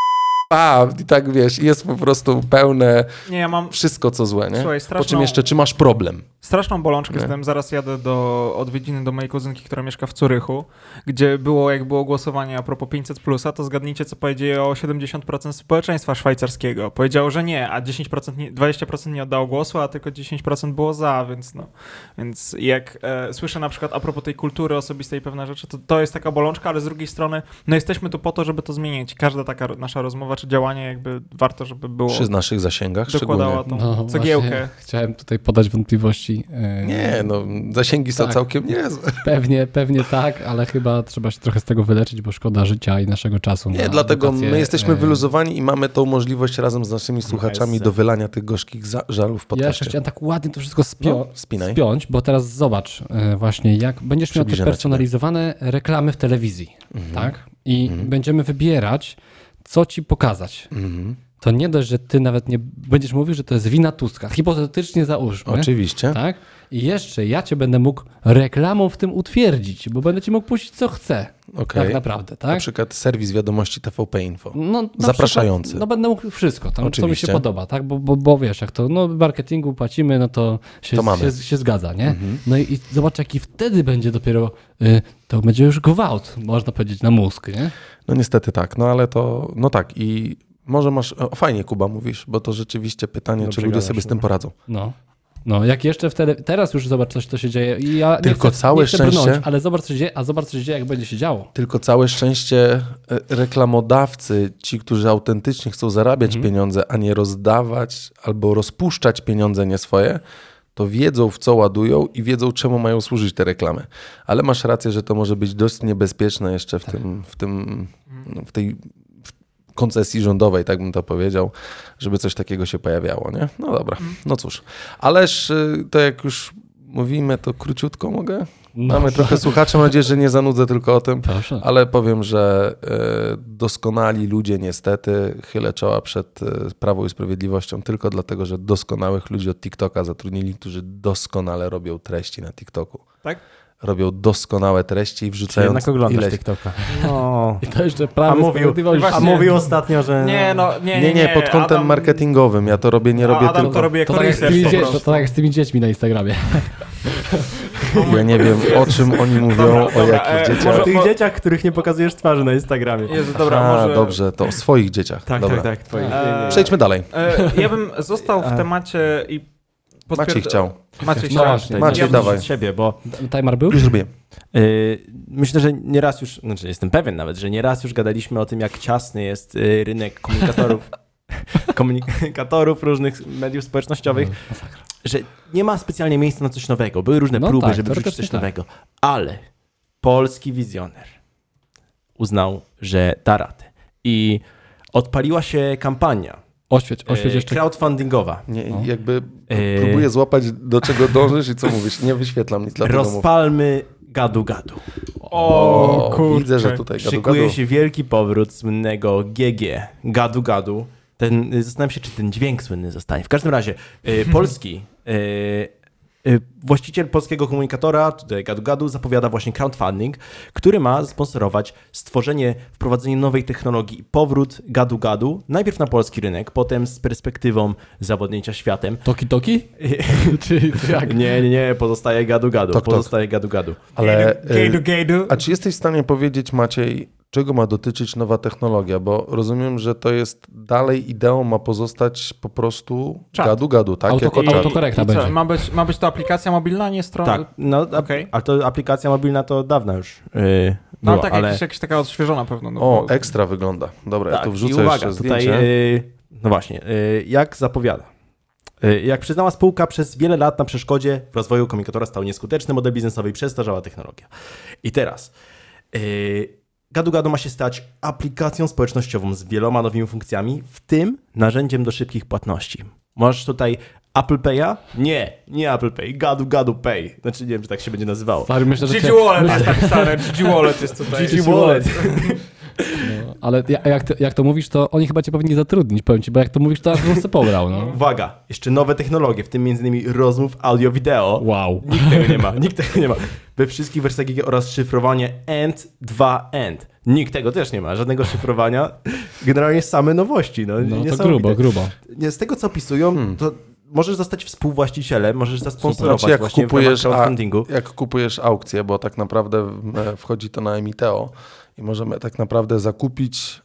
Speaker 2: i tak wiesz, jest po prostu pełne
Speaker 1: Nie, ja mam
Speaker 2: wszystko co złe, nie?
Speaker 1: Słuchaj,
Speaker 2: Po czym jeszcze, czy masz problem?
Speaker 1: straszną bolączkę
Speaker 2: Nie.
Speaker 1: z tym. Zaraz jadę do odwiedziny do mojej kuzynki, która mieszka w Curychu, gdzie jak było głosowanie a propos 500+, to zgadnijcie, co powiedziało 70% społeczeństwa szwajcarskiego. Powiedziało, że nie, a 20% nie oddało głosu, a tylko 10% było za, więc jak słyszę na przykład a propos tej kultury osobistej pewne rzeczy, to jest taka bolączka, ale z drugiej strony, no jesteśmy tu po to, żeby to zmienić. Każda taka nasza rozmowa czy działanie jakby warto, żeby było
Speaker 2: Przy naszych zasięgach
Speaker 1: dokładała
Speaker 2: szczególnie.
Speaker 1: tą cegiełkę.
Speaker 4: właśnie chciałem tutaj podać wątpliwości.
Speaker 2: Nie, no zasięgi są
Speaker 4: Tak.
Speaker 2: całkiem niezłe.
Speaker 4: Pewnie tak, ale chyba trzeba się trochę z tego wyleczyć, bo szkoda życia i naszego czasu.
Speaker 2: Nie,
Speaker 4: na
Speaker 2: dlatego
Speaker 4: edukację.
Speaker 2: my jesteśmy wyluzowani i mamy tą możliwość razem z naszymi słuchaczami do wylania tych gorzkich żarów w
Speaker 4: Ja jeszcze
Speaker 2: podcaście.
Speaker 4: chciałem tak ładnie to wszystko
Speaker 2: Spinaj.
Speaker 4: spiąć, bo teraz zobacz właśnie, jak będziesz miał te
Speaker 2: Przybliżę na
Speaker 4: personalizowane reklamy w telewizji, tak? I będziemy wybierać, co ci pokazać.
Speaker 2: Mhm.
Speaker 4: To nie dość, że ty nawet nie będziesz mówił, że to jest wina Tuska. Hipotetycznie załóżmy.
Speaker 2: Oczywiście.
Speaker 4: Tak? I jeszcze ja cię będę mógł reklamą w tym utwierdzić, bo będę ci mógł puścić co chcę.
Speaker 2: Okej.
Speaker 4: Tak naprawdę,
Speaker 2: Na
Speaker 4: tak?
Speaker 2: przykład serwis wiadomości TVP Info.
Speaker 4: No, na
Speaker 2: Zapraszający.
Speaker 4: Przykład, no będę mógł wszystko, tam, co mi
Speaker 2: Oczywiście.
Speaker 4: się podoba, tak? Bo wiesz, jak to w marketingu płacimy, no to
Speaker 2: To mamy.
Speaker 4: się zgadza, nie? No i zobacz, jaki wtedy będzie dopiero, to będzie już gwałt, można powiedzieć, na mózg, nie?
Speaker 2: No niestety tak, no ale to, no tak i może masz, fajnie Kuba mówisz, bo to rzeczywiście pytanie,
Speaker 3: Dobrze
Speaker 2: czy ludzie
Speaker 3: gadasz,
Speaker 2: sobie z tym
Speaker 3: no.
Speaker 2: poradzą.
Speaker 4: No, jak jeszcze teraz już zobacz, co się dzieje. I ja
Speaker 2: Tylko
Speaker 4: nie chcę,
Speaker 2: całe
Speaker 4: nie chcę brnąć,
Speaker 2: szczęście-
Speaker 4: ale zobacz, co się dzieje, zobacz, co się dzieje, jak będzie się działo.
Speaker 2: Tylko całe szczęście reklamodawcy, ci, którzy autentycznie chcą zarabiać pieniądze, a nie rozdawać albo rozpuszczać pieniądze nie swoje, to wiedzą, w co ładują i wiedzą, czemu mają służyć te reklamy. Ale masz rację, że to może być dość niebezpieczne jeszcze w tej koncesji rządowej, tak bym to powiedział, żeby coś takiego się pojawiało, nie? No dobra, no cóż. Ależ to jak już mówimy, to króciutko mogę? Mamy trochę słuchaczy, mam nadzieję, że nie zanudzę tylko o tym,
Speaker 4: Proszę.
Speaker 2: ale powiem, że doskonali ludzie niestety, chylę czoła przed Prawo i Sprawiedliwością tylko dlatego, że doskonałych ludzi od TikToka zatrudnili, którzy doskonale robią treści na TikToku.
Speaker 1: Tak?
Speaker 2: Robią doskonałe treści i
Speaker 3: Czy
Speaker 2: wrzucają
Speaker 3: jednak oglądasz
Speaker 2: ileś...
Speaker 3: TikToka. No.
Speaker 4: I to jeszcze Prawo i Sprawiedliwość.
Speaker 1: Właśnie-
Speaker 3: A mówił ostatnio, że...
Speaker 2: Nie, pod kątem
Speaker 1: Adam,
Speaker 2: marketingowym. Ja to robię, nie robię
Speaker 1: Adam
Speaker 2: tylko...
Speaker 1: to robi jako
Speaker 4: To tak, jak z
Speaker 1: research
Speaker 4: tymi
Speaker 1: po
Speaker 4: dzie-
Speaker 1: prostu.
Speaker 4: to tak jak z tymi dziećmi na Instagramie.
Speaker 2: Ja nie wiem, o czym oni mówią,
Speaker 1: Dobra,
Speaker 2: o jakich dzieciach.
Speaker 3: O
Speaker 1: może-
Speaker 3: tych dzieciach, których nie pokazujesz twarzy na Instagramie.
Speaker 1: Jezu, dobra,
Speaker 2: A,
Speaker 1: może...
Speaker 2: dobrze, to o swoich dzieciach.
Speaker 3: Tak,
Speaker 2: Dobra.
Speaker 3: tak, twoich.
Speaker 2: Przejdźmy dalej.
Speaker 1: Ja bym został w temacie i...
Speaker 2: Maciej chciał.
Speaker 1: Maciej
Speaker 4: No
Speaker 1: chciał.
Speaker 4: właśnie,
Speaker 2: Maciej,
Speaker 3: ja
Speaker 2: dawaj.
Speaker 3: od siebie, bo
Speaker 4: Timer był?
Speaker 2: Już robię.
Speaker 3: myślę, że nieraz już, znaczy jestem pewien nawet, że nieraz już gadaliśmy o tym, jak ciasny jest rynek komunikatorów różnych mediów społecznościowych, że nie ma specjalnie miejsca na coś nowego. Były różne
Speaker 4: No
Speaker 3: próby,
Speaker 4: tak,
Speaker 3: żeby wrzucić
Speaker 4: teoretycznie
Speaker 3: coś
Speaker 4: tak.
Speaker 3: nowego, ale polski wizjoner uznał, że da radę. I odpaliła się kampania
Speaker 4: Oświeć jeszcze.
Speaker 3: crowdfundingowa.
Speaker 2: Nie, jakby próbuję złapać, do czego dążysz i co mówisz. Nie wyświetlam nic, dlatego mów.
Speaker 3: Rozpalmy gadu-gadu.
Speaker 1: O, kurczę.
Speaker 2: Widzę, że tutaj
Speaker 3: Szykuje
Speaker 2: gadu.
Speaker 3: się wielki powrót słynnego GG, gadu-gadu. Zastanawiam się, czy ten dźwięk słynny zostanie. W każdym razie polski właściciel polskiego komunikatora, tutaj gadu-gadu, zapowiada właśnie crowdfunding, który ma sponsorować wprowadzenie nowej technologii, powrót gadu-gadu, najpierw na polski rynek, potem z perspektywą zawodnięcia światem.
Speaker 4: Toki? Czy jak?
Speaker 3: Nie, pozostaje gadu-gadu,
Speaker 2: Tok.
Speaker 3: pozostaje gadu-gadu.
Speaker 2: Ale,
Speaker 1: Gejdu.
Speaker 2: a czy jesteś w stanie powiedzieć, Maciej, czego ma dotyczyć nowa technologia? Bo rozumiem, że to jest dalej ideą, ma pozostać po prostu
Speaker 1: Czat.
Speaker 2: gadu-gadu, tak? Jako czat.
Speaker 4: Autokorekta
Speaker 1: I co,
Speaker 4: będzie.
Speaker 1: ma być to aplikacja mobilna, a nie strona?
Speaker 3: Tak, no,
Speaker 1: Okej.
Speaker 3: ale to aplikacja mobilna to dawno już
Speaker 1: No
Speaker 3: była,
Speaker 1: tak,
Speaker 3: ale...
Speaker 1: jakaś taka odświeżona pewno. No,
Speaker 2: O,
Speaker 1: bo-
Speaker 2: ekstra wygląda. Dobra, ja
Speaker 3: Tak,
Speaker 2: to
Speaker 3: i
Speaker 2: wrzucę
Speaker 3: uwaga,
Speaker 2: jeszcze
Speaker 3: tutaj,
Speaker 2: zdjęcie.
Speaker 3: no właśnie, jak zapowiada. Jak przyznała spółka, przez wiele lat na przeszkodzie w rozwoju komunikatora stał nieskuteczny model biznesowy i przestarzała technologia. I teraz gadu-gadu ma się stać aplikacją społecznościową z wieloma nowymi funkcjami, w tym narzędziem do szybkich płatności. Możesz tutaj Apple Pay'a? Nie Apple Pay, Gadu Pay. Znaczy nie wiem, czy tak się będzie nazywało.
Speaker 4: Stary, myślę, że
Speaker 1: GG Wallet jest napisane, GG Wallet jest tutaj.
Speaker 3: GG Wallet.
Speaker 4: No, ale jak to mówisz, to oni chyba cię powinni zatrudnić, powiem ci, bo jak to mówisz, to aż bym se pobrał, no.
Speaker 3: Uwaga, jeszcze nowe technologie, w tym m.in. rozmów audio-wideo.
Speaker 4: Wow.
Speaker 3: Nikt tego nie ma. We wszystkich wersjach GG oraz szyfrowanie end. Nikt tego też nie ma, żadnego szyfrowania. Generalnie same nowości. No
Speaker 4: to grubo.
Speaker 3: Z tego, co opisują, to możesz zostać współwłaścicielem, możesz zasponsorować
Speaker 2: Znaczy,
Speaker 3: właśnie w ramach crowdfundingu.
Speaker 2: jak kupujesz aukcję, bo tak naprawdę wchodzi to na Emiteo i możemy tak naprawdę zakupić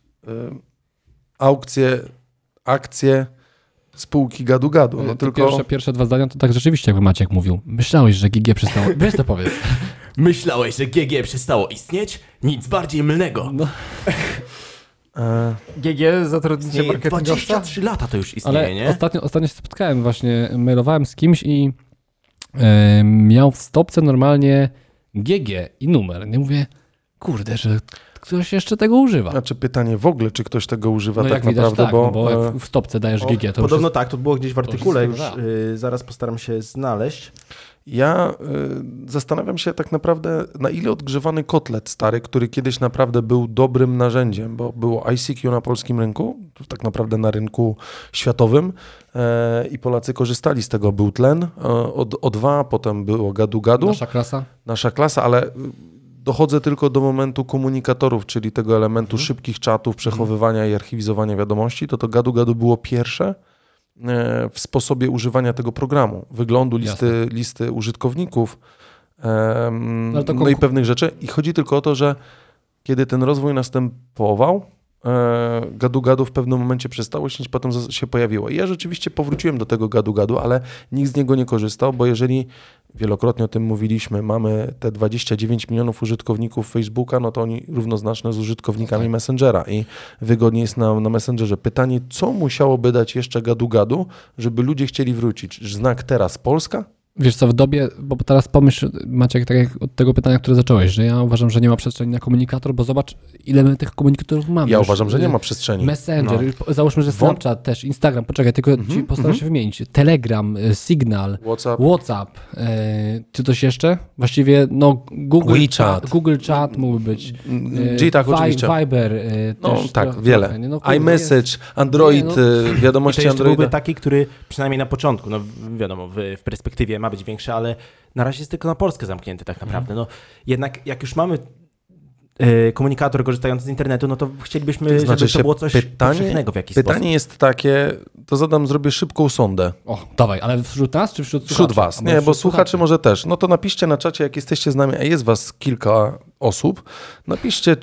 Speaker 2: akcje spółki Gadu. No tylko
Speaker 4: Pierwsze 2 zdania to tak rzeczywiście, jakby Maciek mówił. Myślałeś, że GG przestało... Weź to powiedz.
Speaker 3: Myślałeś, że GG przestało istnieć? Nic bardziej mylnego.
Speaker 4: No.
Speaker 1: GG, zatrudnicie marketingowca?
Speaker 3: 23 lata to już istnieje,
Speaker 4: Ale
Speaker 3: nie?
Speaker 4: ostatnio się spotkałem właśnie, mailowałem z kimś i miał w stopce normalnie GG i numer. Nie mówię, kurde, że ktoś jeszcze tego używa.
Speaker 2: Znaczy pytanie w ogóle, czy ktoś tego używa
Speaker 4: No
Speaker 2: tak
Speaker 4: jak widać,
Speaker 2: naprawdę,
Speaker 4: tak, bo jak w stopce dajesz GG, to
Speaker 3: Podobno
Speaker 4: już
Speaker 3: tak, to było gdzieś w artykule,
Speaker 4: już
Speaker 3: już
Speaker 4: jest
Speaker 3: zaraz postaram się znaleźć.
Speaker 2: Ja zastanawiam się tak naprawdę, na ile odgrzewany kotlet stary, który kiedyś naprawdę był dobrym narzędziem, bo było ICQ na polskim rynku, tak naprawdę na rynku światowym i Polacy korzystali z tego. Był tlen, O2, potem było Gadu. Nasza klasa, ale dochodzę tylko do momentu komunikatorów, czyli tego elementu szybkich czatów, przechowywania i archiwizowania wiadomości, to Gadu było pierwsze w sposobie używania tego programu, wyglądu listy użytkowników, no i pewnych rzeczy. I chodzi tylko o to, że kiedy ten rozwój następował, Gadu w pewnym momencie przestało śnić, potem się pojawiło. I ja rzeczywiście powróciłem do tego Gadu, ale nikt z niego nie korzystał, bo jeżeli, wielokrotnie o tym mówiliśmy, mamy te 29 milionów użytkowników Facebooka, no to oni równoznaczne z użytkownikami Messengera i wygodniej jest na Messengerze. Pytanie, co musiałoby dać jeszcze Gadu, żeby ludzie chcieli wrócić? Znak teraz Polska?
Speaker 4: Wiesz co, w dobie, bo teraz pomyśl, Maciek, tak jak od tego pytania, które zacząłeś, że ja uważam, że nie ma przestrzeni na komunikator, bo zobacz, ile my tych komunikatorów mamy.
Speaker 2: Ja uważam, że nie ma przestrzeni.
Speaker 4: Messenger, załóżmy, że Snapchat też, Instagram, poczekaj, tylko ci postaram się wymienić. Telegram, Signal, WhatsApp, czy coś jeszcze? Właściwie, no, Google Chat mógłby być.
Speaker 2: Tak, oczywiście.
Speaker 4: Viber
Speaker 2: no
Speaker 4: też.
Speaker 2: Tak, wiele. iMessage, Android, wiadomości
Speaker 3: Androida. To byłby taki, który przynajmniej na początku, no wiadomo, w perspektywie ma być większy, ale na razie jest tylko na Polskę zamknięty tak naprawdę. No, jednak jak już mamy komunikator korzystający z internetu, no to chcielibyśmy, żeby to było coś powszechnego w jakiś sposób.
Speaker 2: Pytanie jest takie, to zrobię szybką sondę.
Speaker 4: O, dawaj, ale wśród nas czy wśród słuchaczy?
Speaker 2: Wśród was, nie, bo słuchaczy może też. No to napiszcie na czacie, jak jesteście z nami, a jest was kilka osób, napiszcie,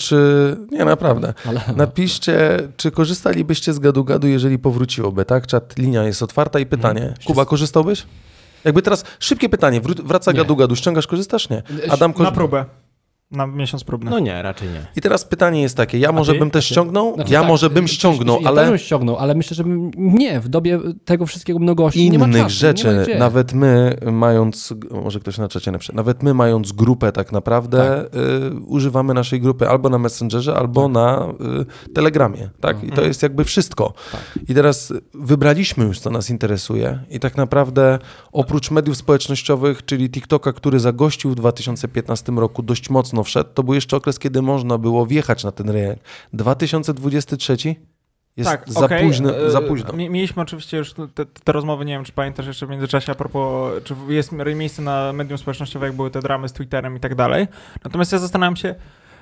Speaker 2: napiszcie, czy korzystalibyście z Gadu, jeżeli powróciłoby, tak? Linia jest otwarta i pytanie. Kuba, korzystałbyś? Jakby teraz szybkie pytanie, wraca Gadu, ściągasz, korzystasz? Nie. Adam,
Speaker 1: na próbę. Na miesiąc próbny.
Speaker 3: No nie, raczej nie.
Speaker 2: I teraz pytanie jest takie, ja może bym też ściągnął?
Speaker 4: Znaczy,
Speaker 2: ja może bym ściągnął, ale...
Speaker 4: Ja bym ściągnął, ale myślę, że nie, w dobie tego wszystkiego mnogości nie ma czasu.
Speaker 2: Innych rzeczy, nawet my mając, może ktoś na czacie napisze, nawet my mając grupę tak naprawdę, używamy naszej grupy albo na Messengerze, albo na Telegramie, tak? I to jest jakby wszystko. I teraz wybraliśmy już, co nas interesuje i tak naprawdę oprócz mediów społecznościowych, czyli TikToka, który zagościł w 2015 roku dość mocno wszedł, to był jeszcze okres, kiedy można było wjechać na ten rynek. 2023 jest za późno.
Speaker 1: Mieliśmy oczywiście już te rozmowy, nie wiem, czy pamiętasz jeszcze w międzyczasie a propos, czy jest miejsce na medium społecznościowe, jak były te dramy z Twitterem i tak dalej. Natomiast ja zastanawiam się,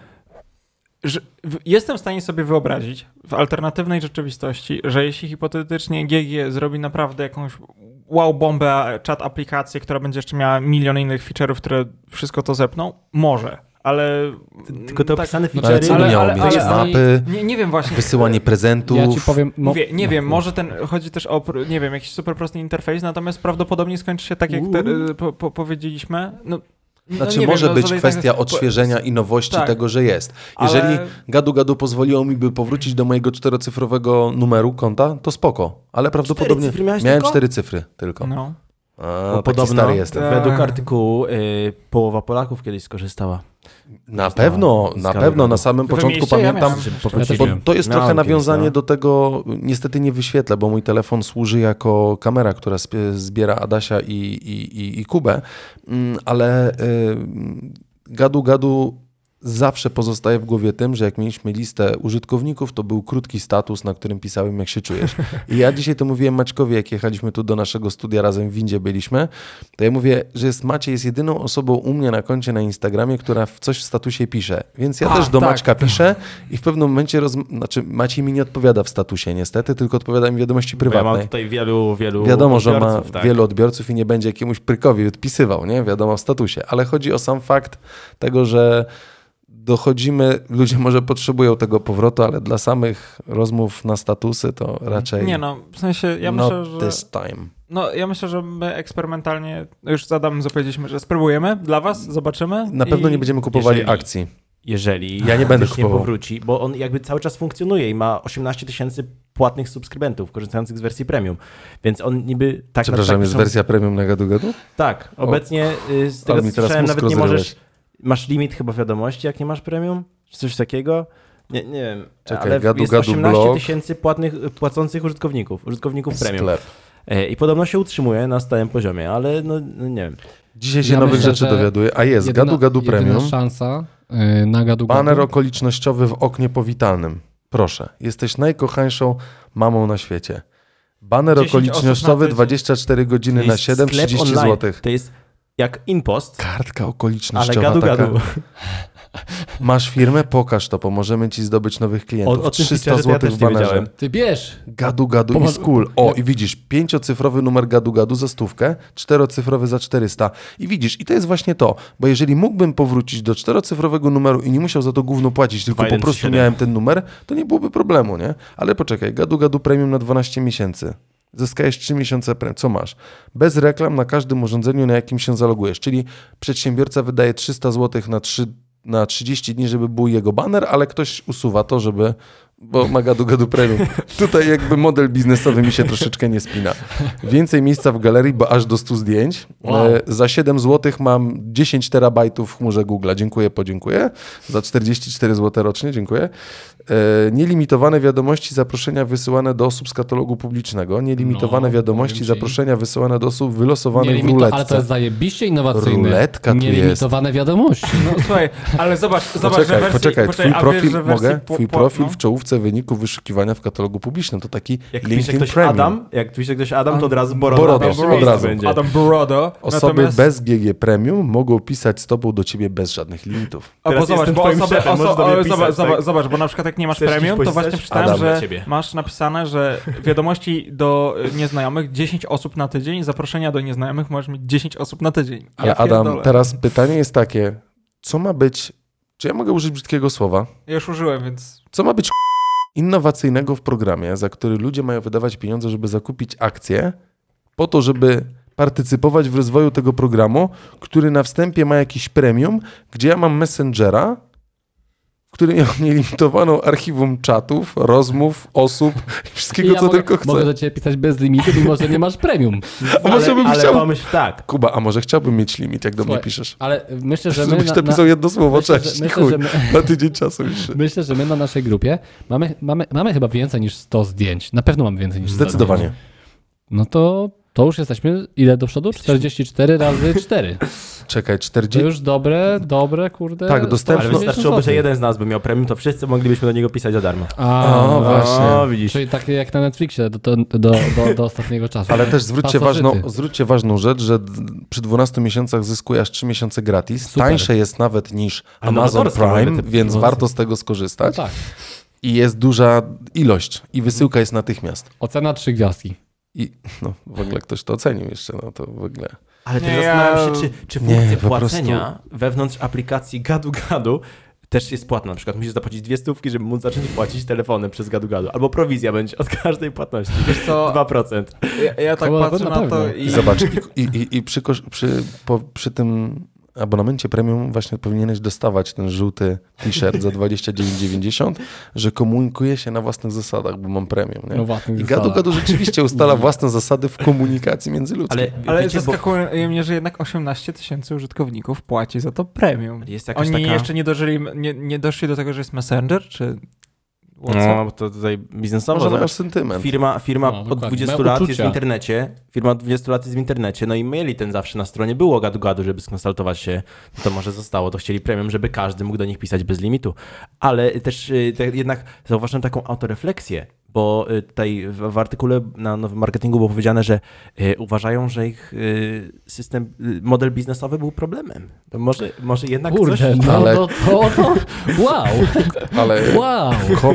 Speaker 1: że jestem w stanie sobie wyobrazić w alternatywnej rzeczywistości, że jeśli hipotetycznie GG zrobi naprawdę jakąś bombę, czat aplikację, która będzie jeszcze miała milion innych feature'ów, które wszystko to zepną, może. Ale
Speaker 3: tylko te opisane feature'y,
Speaker 2: mapy,
Speaker 1: nie wiem właśnie.
Speaker 2: Wysyłanie prezentów.
Speaker 4: Ja ci powiem,
Speaker 1: nie wiem, może chodzi też o, nie wiem, jakiś super prosty interfejs, natomiast prawdopodobnie skończy się tak, jak powiedzieliśmy.
Speaker 2: Znaczy może być kwestia odświeżenia i nowości tego, że jest. Jeżeli Gadu pozwoliło mi by powrócić do mojego 4-cyfrowego numeru konta, to spoko. Ale prawdopodobnie miałem 4 cyfry tylko.
Speaker 1: No.
Speaker 2: Taki
Speaker 3: Podobno
Speaker 2: stary jestem.
Speaker 3: według artykułu połowa Polaków kiedyś skorzystała.
Speaker 2: Na pewno, na samym początku pamiętam, bo to jest trochę nawiązanie do tego, niestety nie wyświetlę, bo mój telefon służy jako kamera, która zbiera Adasia i Kubę, ale gadu zawsze pozostaje w głowie tym, że jak mieliśmy listę użytkowników, to był krótki status, na którym pisałem, jak się czujesz. I ja dzisiaj to mówiłem Maćkowi, jak jechaliśmy tu do naszego studia, razem w windzie byliśmy, to ja mówię, że Maciej jest jedyną osobą u mnie na koncie na Instagramie, która coś w statusie pisze. Więc ja też do Maćka piszę i w pewnym momencie, Maciej mi nie odpowiada w statusie niestety, tylko odpowiada mi w wiadomości prywatnej.
Speaker 3: Ja mam tutaj wielu
Speaker 2: Wiadomo, że ma wielu odbiorców i nie będzie jakiemuś prykowi odpisywał, nie? Wiadomo w statusie. Ale chodzi o sam fakt tego, że dochodzimy, ludzie może potrzebują tego powrotu, ale dla samych rozmów na statusy to raczej...
Speaker 1: Nie no, w sensie ja myślę, że...
Speaker 2: this time.
Speaker 1: No ja myślę, że my eksperymentalnie, już z Adamem zapowiedzieliśmy, że spróbujemy dla was, zobaczymy.
Speaker 2: Na pewno nie będziemy kupowali akcji.
Speaker 3: Jeżeli
Speaker 2: ja nie będę kupował.
Speaker 3: powróci, bo on jakby cały czas funkcjonuje i ma 18 000 płatnych subskrybentów korzystających z wersji premium, więc on niby tak...
Speaker 2: Przepraszam, jest wersja premium na gadu-gadu?
Speaker 3: Tak, obecnie z tego co słyszałem, nawet nie możesz... Masz limit chyba wiadomości, jak nie masz premium? Czy coś takiego? Nie wiem.
Speaker 2: Czekaj,
Speaker 3: ale
Speaker 2: gadu,
Speaker 3: jest
Speaker 2: gadu
Speaker 3: 18 000 płacących użytkowników premium.
Speaker 2: Sklep.
Speaker 3: I podobno się utrzymuje na stałym poziomie, ale no nie wiem.
Speaker 2: Dzisiaj się nowych rzeczy dowiaduję. A jest gadu premium.
Speaker 4: Jedyna szansa na gadu.
Speaker 2: Banner okolicznościowy w oknie powitalnym. Proszę, jesteś najkochańszą mamą na świecie. Banner okolicznościowy 24 godziny na 7, 30 zł.
Speaker 3: To jest jak InPost.
Speaker 2: Kartka okolicznościowa.
Speaker 3: Ale gadu.
Speaker 2: Masz firmę? Pokaż to, pomożemy ci zdobyć nowych klientów.
Speaker 3: O
Speaker 2: 300 zł w banerze.
Speaker 4: Ty bierz!
Speaker 2: Gadu i School. O, i widzisz, 5-cyfrowy numer gadu za 100, 4-cyfrowy za 400. I widzisz, i to jest właśnie to, bo jeżeli mógłbym powrócić do 4-cyfrowego numeru i nie musiał za to gówno płacić, tylko po prostu miałem ten numer, to nie byłoby problemu, nie? Ale poczekaj, gadu premium na 12 miesięcy. Zyskajesz 3 miesiące premium. Co masz? Bez reklam na każdym urządzeniu, na jakim się zalogujesz. Czyli przedsiębiorca wydaje 300 zł na 30 dni, żeby był jego baner, ale ktoś usuwa to, bo ma gadu premium. Tutaj jakby model biznesowy mi się troszeczkę nie spina. Więcej miejsca w galerii, bo aż do 100 zdjęć. Wow. Za 7 zł mam 10 terabajtów w chmurze Google'a. Dziękuję, podziękuję. Za 44 zł rocznie, dziękuję. Nielimitowane wiadomości, zaproszenia wysyłane do osób z katalogu publicznego. Nielimitowane wiadomości, zaproszenia wysyłane do osób wylosowanych w ruletce.
Speaker 4: Ale to jest zajebiście innowacyjne.
Speaker 2: Ruletka tu
Speaker 4: nielimitowane wiadomości.
Speaker 1: No słuchaj, ale zobacz,
Speaker 2: poczekaj, twój profil w czołówce wyników wyszukiwania w katalogu publicznym. To taki
Speaker 3: jak
Speaker 2: LinkedIn
Speaker 3: ktoś
Speaker 2: Premium.
Speaker 3: Jak pisze ktoś Adam, to od razu
Speaker 2: Borodo. Od razu.
Speaker 1: Adam Borodo.
Speaker 2: Osoby bez GG Premium mogą pisać z tobą do ciebie bez żadnych limitów.
Speaker 1: Bo zobacz, bo na przykład jak nie masz premium, to właśnie przeczytałem, że masz napisane, że wiadomości do nieznajomych 10 osób na tydzień, zaproszenia do nieznajomych możesz mieć 10 osób na tydzień.
Speaker 2: Ale Adam, teraz pytanie jest takie, co ma być, czy ja mogę użyć brzydkiego słowa?
Speaker 1: Ja już użyłem, więc...
Speaker 2: Co ma być innowacyjnego w programie, za który ludzie mają wydawać pieniądze, żeby zakupić akcje, po to, żeby partycypować w rozwoju tego programu, który na wstępie ma jakiś premium, gdzie ja mam Messengera, w którym ja mam nielimitowaną archiwum czatów, rozmów, osób, wszystkiego, co tylko chcę.
Speaker 4: Mogę do ciebie pisać bez limitu, mimo że nie masz premium.
Speaker 3: Ale pomyśl tak.
Speaker 2: Kuba, a może chciałbym mieć limit, jak do mnie piszesz?
Speaker 4: Ale myślę, że my...
Speaker 2: Żebyś napisał jedno słowo, cześć, na tydzień czasu jeszcze.
Speaker 4: Myślę, że my na naszej grupie mamy chyba więcej niż 100 zdjęć. Na pewno mamy więcej niż 100
Speaker 2: Zdecydowanie.
Speaker 4: zdjęć. No to już jesteśmy ile do przodu? 44 razy 4.
Speaker 2: Czekaj, 40...
Speaker 4: To już dobre, kurde.
Speaker 2: Tak, dostępne.
Speaker 3: Ale wystarczyłoby, że jeden z nas by miał premium, to wszyscy moglibyśmy do niego pisać za darmo.
Speaker 2: Właśnie.
Speaker 3: Widzisz.
Speaker 4: Czyli takie jak na Netflixie do ostatniego czasu.
Speaker 2: Ale też zwróćcie ważną rzecz, że przy 12 miesiącach zyskujesz 3 miesiące gratis. Super. Tańsze jest nawet niż Amazon Prime, więc warto z tego skorzystać.
Speaker 4: No tak.
Speaker 2: I jest duża ilość i wysyłka jest natychmiast.
Speaker 4: Ocena 3 gwiazdki.
Speaker 2: I w ogóle ktoś to ocenił jeszcze, no to w ogóle...
Speaker 3: Ale też zastanawiam się, czy funkcja płacenia wewnątrz aplikacji gadu też jest płatna. Na przykład musisz zapłacić 2 stówki, żeby móc zacząć płacić telefonem przez gadu. Albo prowizja będzie od każdej płatności. Wiesz co? 2%.
Speaker 1: Ja tak patrzę na to i...
Speaker 2: Zobacz, i przy tym abonamencie premium właśnie powinieneś dostawać ten żółty t-shirt za 29,90, że komunikuje się na własnych zasadach, bo mam premium. Nie? I Gadu rzeczywiście ustala własne zasady w komunikacji międzyludzkiej.
Speaker 1: Ale zaskakuje mnie, że jednak 18 000 użytkowników płaci za to premium. Oni jeszcze nie doszli do tego, że jest Messenger, czy WhatsApp?
Speaker 3: No, to tutaj biznesowo.
Speaker 2: Może masz sentyment.
Speaker 3: Firma od 20 lat jest w internecie. Firma od 20 lat jest w internecie, no i mieli ten zawsze na stronie. Było gadu, żeby skonsultować się. To może zostało, to chcieli premium, żeby każdy mógł do nich pisać bez limitu. Ale też jednak zauważyłem taką autorefleksję, bo tutaj w artykule na Nowym Marketingu było powiedziane, że uważają, że ich system, model biznesowy był problemem. To może jednak
Speaker 4: Kurde,
Speaker 3: coś...
Speaker 4: no,
Speaker 2: ale...
Speaker 4: wow!
Speaker 2: Ale
Speaker 4: wow!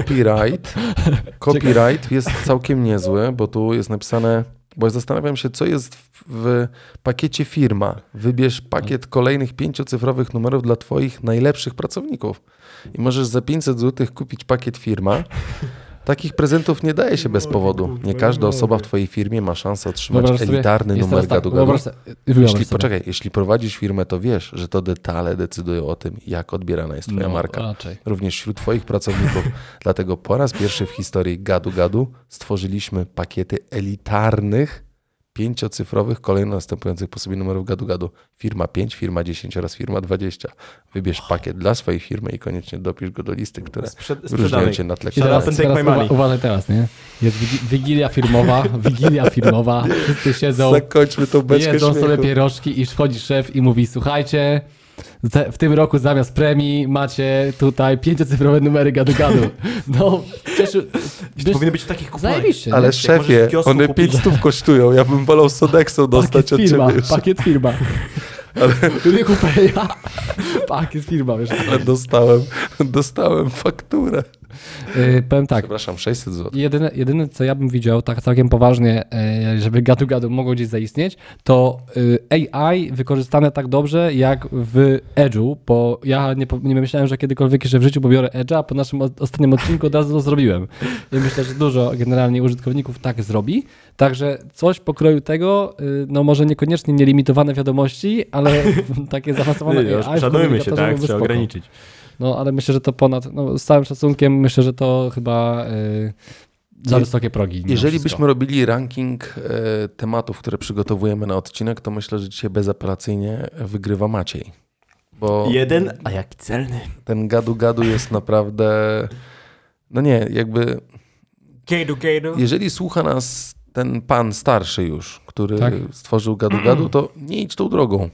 Speaker 2: Copyright jest całkiem niezły, bo tu jest napisane, bo zastanawiam się, co jest w pakiecie firma. Wybierz pakiet kolejnych 5-cyfrowych numerów dla twoich najlepszych pracowników. I możesz za 500 zł kupić pakiet firma. Takich prezentów nie daje się bez powodu. Nie każda osoba w twojej firmie ma szansę otrzymać elitarny numer Gadu-Gadu. Jeśli prowadzisz firmę, to wiesz, że to detale decydują o tym, jak odbierana jest twoja marka.
Speaker 4: Raczej.
Speaker 2: Również wśród twoich pracowników. Dlatego po raz pierwszy w historii Gadu-Gadu stworzyliśmy pakiety elitarnych 5-cyfrowych, kolejno następujących po sobie numerów Gadu-Gadu. Firma 5, firma 10 oraz firma 20. Wybierz pakiet dla swojej firmy i koniecznie dopisz go do listy, które wyróżniają cię na tle.
Speaker 4: Teraz uważaj teraz, nie? Jest wigilia firmowa, wszyscy siedzą,
Speaker 2: zakończmy tą beczkę
Speaker 4: jedzą
Speaker 2: śmiechu.
Speaker 4: sobie pierożki i wchodzi szef i mówi, słuchajcie, w tym roku zamiast premii macie tutaj 5-cyfrowe numery Gadu-Gadu. No,
Speaker 3: powinny być takich kuponek.
Speaker 4: Zajebiście.
Speaker 2: Ale szefie, one 500 kosztują. Ja bym wolał Sodexo dostać od ciebie.
Speaker 4: Pakiet firma. Nie kupuję ja. Pakiet firma, wiesz.
Speaker 2: Ale dostałem fakturę.
Speaker 4: Powiem tak.
Speaker 2: Przepraszam, 600 zł.
Speaker 4: Jedyne, co ja bym widział, tak całkiem poważnie, żeby Gadu-Gadu mogło gdzieś zaistnieć, to AI wykorzystane tak dobrze, jak w Edge'u, bo ja nie myślałem, że kiedykolwiek jeszcze w życiu pobiorę Edge'a, a po naszym ostatnim odcinku od razu to zrobiłem. I myślę, że dużo generalnie użytkowników tak zrobi. Także coś pokroju tego, no może niekoniecznie nielimitowane wiadomości, ale takie zaawansowane AI.
Speaker 3: Szanujmy się, tak? Trzeba ograniczyć.
Speaker 4: No, ale myślę, że to z całym szacunkiem, myślę, że to chyba za wysokie progi.
Speaker 2: Jeżeli byśmy robili ranking tematów, które przygotowujemy na odcinek, to myślę, że dzisiaj bezapelacyjnie wygrywa Maciej. Bo
Speaker 3: jeden, a jaki celny.
Speaker 2: Ten Gadu-Gadu jest naprawdę... No nie, jakby...
Speaker 1: Gadu.
Speaker 2: Jeżeli słucha nas ten pan starszy już, który stworzył Gadu-Gadu, to nie idź tą drogą.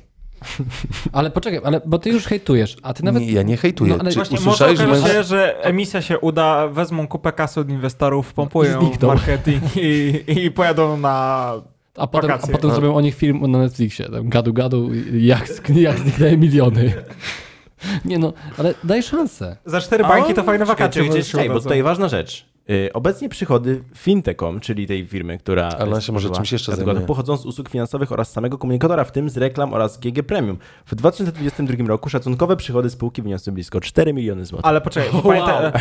Speaker 4: Ale poczekaj, bo ty już hejtujesz, a ty nawet...
Speaker 2: Nie, ja nie hejtuję.
Speaker 1: No, ale właśnie może okaże się, że emisja się uda, wezmą kupę kasy od inwestorów, wpompują w marketing i pojadą na
Speaker 4: A potem zrobią o nich film na Netflixie. Tam Gadu-Gadu, jak zniknęły miliony. Nie no, ale daj szansę.
Speaker 1: Za 4 bańki to fajne wakacje.
Speaker 3: Bo tutaj ważna rzecz. Obecnie przychody Fintecom, czyli tej firmy, która...
Speaker 2: Ale ona się może czymś jeszcze zajmuje.
Speaker 3: Pochodzą z usług finansowych oraz samego komunikatora, w tym z reklam oraz GG Premium. W 2022 roku szacunkowe przychody spółki wyniosły blisko 4 miliony złotych.
Speaker 1: Ale poczekaj, pamiętaj,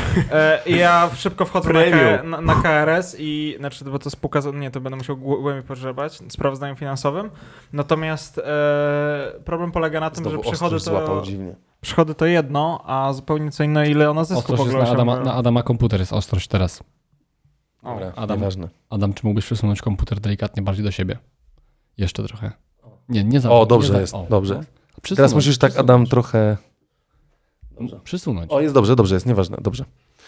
Speaker 1: ja szybko wchodzę na KRS i, znaczy, bo to spółka, nie, to będę musiał głębiej pogrzebać, sprawozdaniem finansowym. Natomiast problem polega na tym, że przychody to jedno, a zupełnie co innego, ile ona zysku
Speaker 4: ostrość jest na Adama komputer jest ostrość teraz.
Speaker 2: Dobra,
Speaker 4: Adam, czy mógłbyś przesunąć komputer delikatnie bardziej do siebie? Jeszcze trochę. Nie za.
Speaker 2: O, dobrze jest, dobrze. Teraz musisz tak, Adam, trochę...
Speaker 4: Przysunąć.
Speaker 2: O, jest dobrze jest, nieważne, dobrze.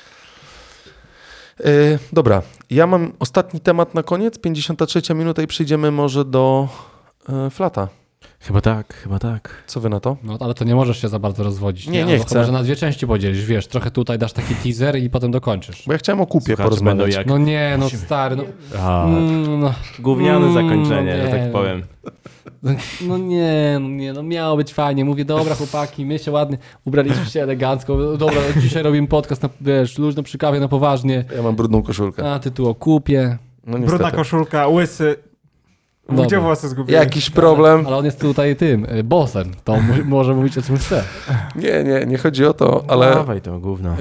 Speaker 2: Dobra, ja mam ostatni temat na koniec, 53 minuta i przejdziemy może do Flata.
Speaker 3: Chyba tak.
Speaker 2: Co wy na to?
Speaker 4: No, ale to nie możesz się za bardzo rozwodzić.
Speaker 2: Nie chcę.
Speaker 4: Może na 2 części podzielisz, wiesz, trochę tutaj dasz taki teaser i potem dokończysz.
Speaker 2: Bo ja chciałem o kupie porozmawiać.
Speaker 4: No nie, no stary,
Speaker 3: gówniane zakończenie, że tak powiem.
Speaker 4: No miało być fajnie. Mówię, dobra chłopaki, my się ładnie ubraliśmy się elegancko. Dobra, dzisiaj robimy podcast, wiesz, luźno przy kawie, na poważnie.
Speaker 2: Ja mam brudną koszulkę.
Speaker 4: A ty tu o kupie.
Speaker 2: No
Speaker 1: brudna koszulka, łysy. Gdzie włosy zgubiłem?
Speaker 2: Jakiś problem.
Speaker 4: Ale on jest tutaj bossem. To może mówić o czym chce.
Speaker 2: Nie chodzi o to, ale...
Speaker 3: Dawaj to gówno.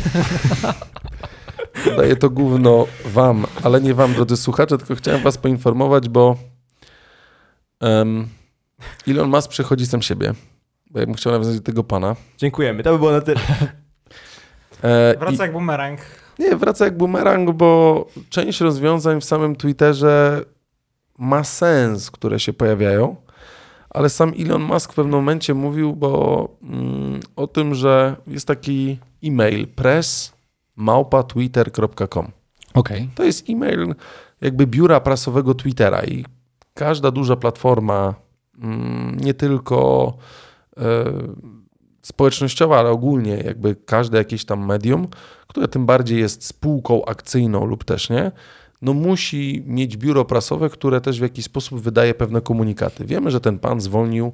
Speaker 2: Daję to gówno wam, ale nie wam, drodzy słuchacze, tylko chciałem was poinformować, bo Elon Musk przechodzi sam siebie bo ja bym chciał nawiązać do tego pana.
Speaker 3: Dziękujemy, to by było na tyle.
Speaker 1: Wraca jak bumerang.
Speaker 2: Nie, wraca jak bumerang, bo część rozwiązań w samym Twitterze ma sens, które się pojawiają, ale sam Elon Musk w pewnym momencie mówił o tym, że jest taki e-mail press@twitter.com.
Speaker 4: Okej.
Speaker 2: To jest e-mail jakby biura prasowego Twittera i każda duża platforma, nie tylko społecznościowa, ale ogólnie jakby każde jakieś tam medium, które tym bardziej jest spółką akcyjną lub też nie, no musi mieć biuro prasowe, które też w jakiś sposób wydaje pewne komunikaty. Wiemy, że ten pan zwolnił